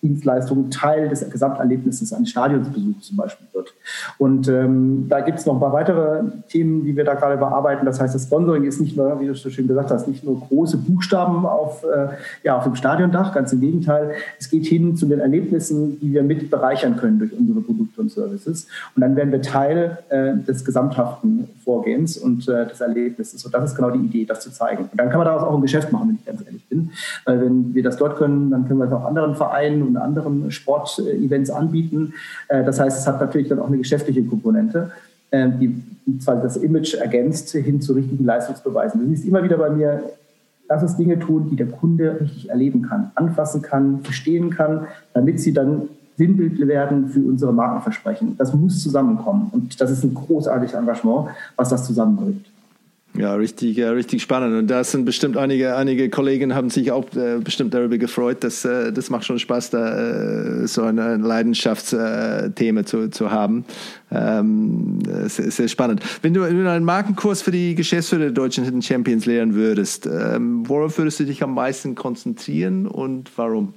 Dienstleistung Teil des Gesamterlebnisses eines Stadionsbesuchs zum Beispiel wird. Und ähm, da gibt es noch ein paar weitere Themen, die wir da gerade bearbeiten. Das heißt, das Sponsoring ist nicht nur, wie du so schön gesagt hast, nicht nur große Buchstaben auf, äh, ja, auf dem Stadiondach, ganz im Gegenteil. Es geht hin zu den Erlebnissen, die wir mit bereichern können durch unsere Produkte und Services. Und dann werden wir Teil äh, des gesamthaften Vorgehens und äh, des Erlebnisses. Und das ist genau die Idee, das zu zeigen. Und dann kann man daraus auch ein Geschäft machen, wenn ich ganz ehrlich bin. Weil wenn wir das dort können, dann können wir es auch anderen Vereinen und anderen Sportevents anbieten. Das heißt, es hat natürlich dann auch eine geschäftliche Komponente, die zwar das Image ergänzt hin zu richtigen Leistungsbeweisen. Du siehst immer wieder bei mir, lass uns Dinge tun, die der Kunde richtig erleben kann, anfassen kann, verstehen kann, damit sie dann Sinnbild werden für unsere Markenversprechen. Das muss zusammenkommen und das ist ein großartiges Engagement, was das zusammenbringt. Ja, richtig, ja, richtig spannend. Und da sind bestimmt einige, einige Kollegen haben sich auch äh, bestimmt darüber gefreut, dass äh, das macht schon Spaß, da äh, so ein Leidenschaftsthema zu, zu haben. Ähm, sehr, sehr spannend. Wenn du, wenn du einen Markenkurs für die Geschäftsführer der deutschen Hidden Champions lehren würdest, ähm, worauf würdest du dich am meisten konzentrieren und warum?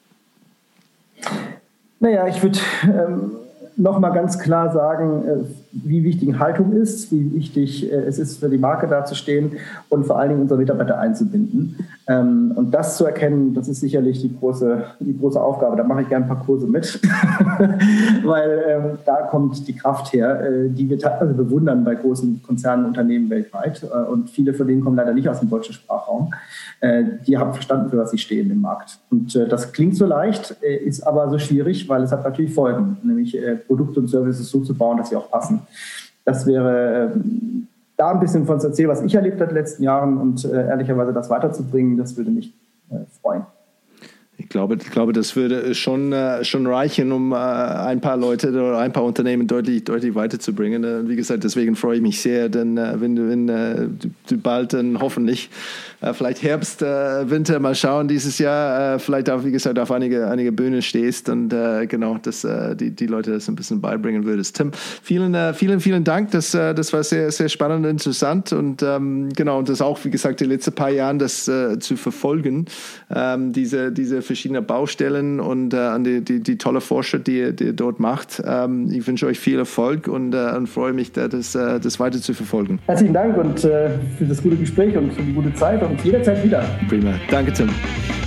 Naja, ich würde ähm, noch mal ganz klar sagen, äh, wie wichtig Haltung ist, wie wichtig äh, es ist, für die Marke dazustehen und vor allen Dingen unsere Mitarbeiter einzubinden. Ähm, und das zu erkennen, das ist sicherlich die große, die große Aufgabe. Da mache ich gerne ein paar Kurse mit, weil ähm, da kommt die Kraft her, äh, die wir teilweise bewundern bei großen Konzernen, Unternehmen weltweit. Äh, und viele von denen kommen leider nicht aus dem deutschen Sprachraum. Äh, die haben verstanden, für was sie stehen im Markt. Und äh, das klingt so leicht, äh, ist aber so schwierig, weil es hat natürlich Folgen, nämlich äh, Produkte und Services so zu bauen, dass sie auch passen. Das wäre äh, da ein bisschen von zu erzählen, was ich erlebt habe in den letzten Jahren und äh, ehrlicherweise das weiterzubringen, das würde mich äh, freuen. Ich glaube, ich glaube, das würde schon, äh, schon reichen, um äh, ein paar Leute oder ein paar Unternehmen deutlich, deutlich weiterzubringen. Äh, wie gesagt, deswegen freue ich mich sehr, denn äh, wenn, du, wenn äh, du, du bald dann hoffentlich äh, vielleicht Herbst, äh, Winter, mal schauen, dieses Jahr äh, vielleicht auch, wie gesagt, auf einige, einige Bühnen stehst und äh, genau, dass äh, die, die Leute das ein bisschen beibringen würdest. Tim, vielen, äh, vielen, vielen Dank. Das, äh, das war sehr, sehr spannend und interessant und ähm, genau, und das auch, wie gesagt, die letzten paar Jahre das äh, zu verfolgen, ähm, diese, diese verschiedene Baustellen und äh, an die, die, die tolle Fortschritt, die, die ihr dort macht. Ähm, ich wünsche euch viel Erfolg und, äh, und freue mich, das, äh, das weiter zu verfolgen. Herzlichen Dank und äh, für das gute Gespräch und für die gute Zeit und jederzeit wieder. Prima. Danke, Tim.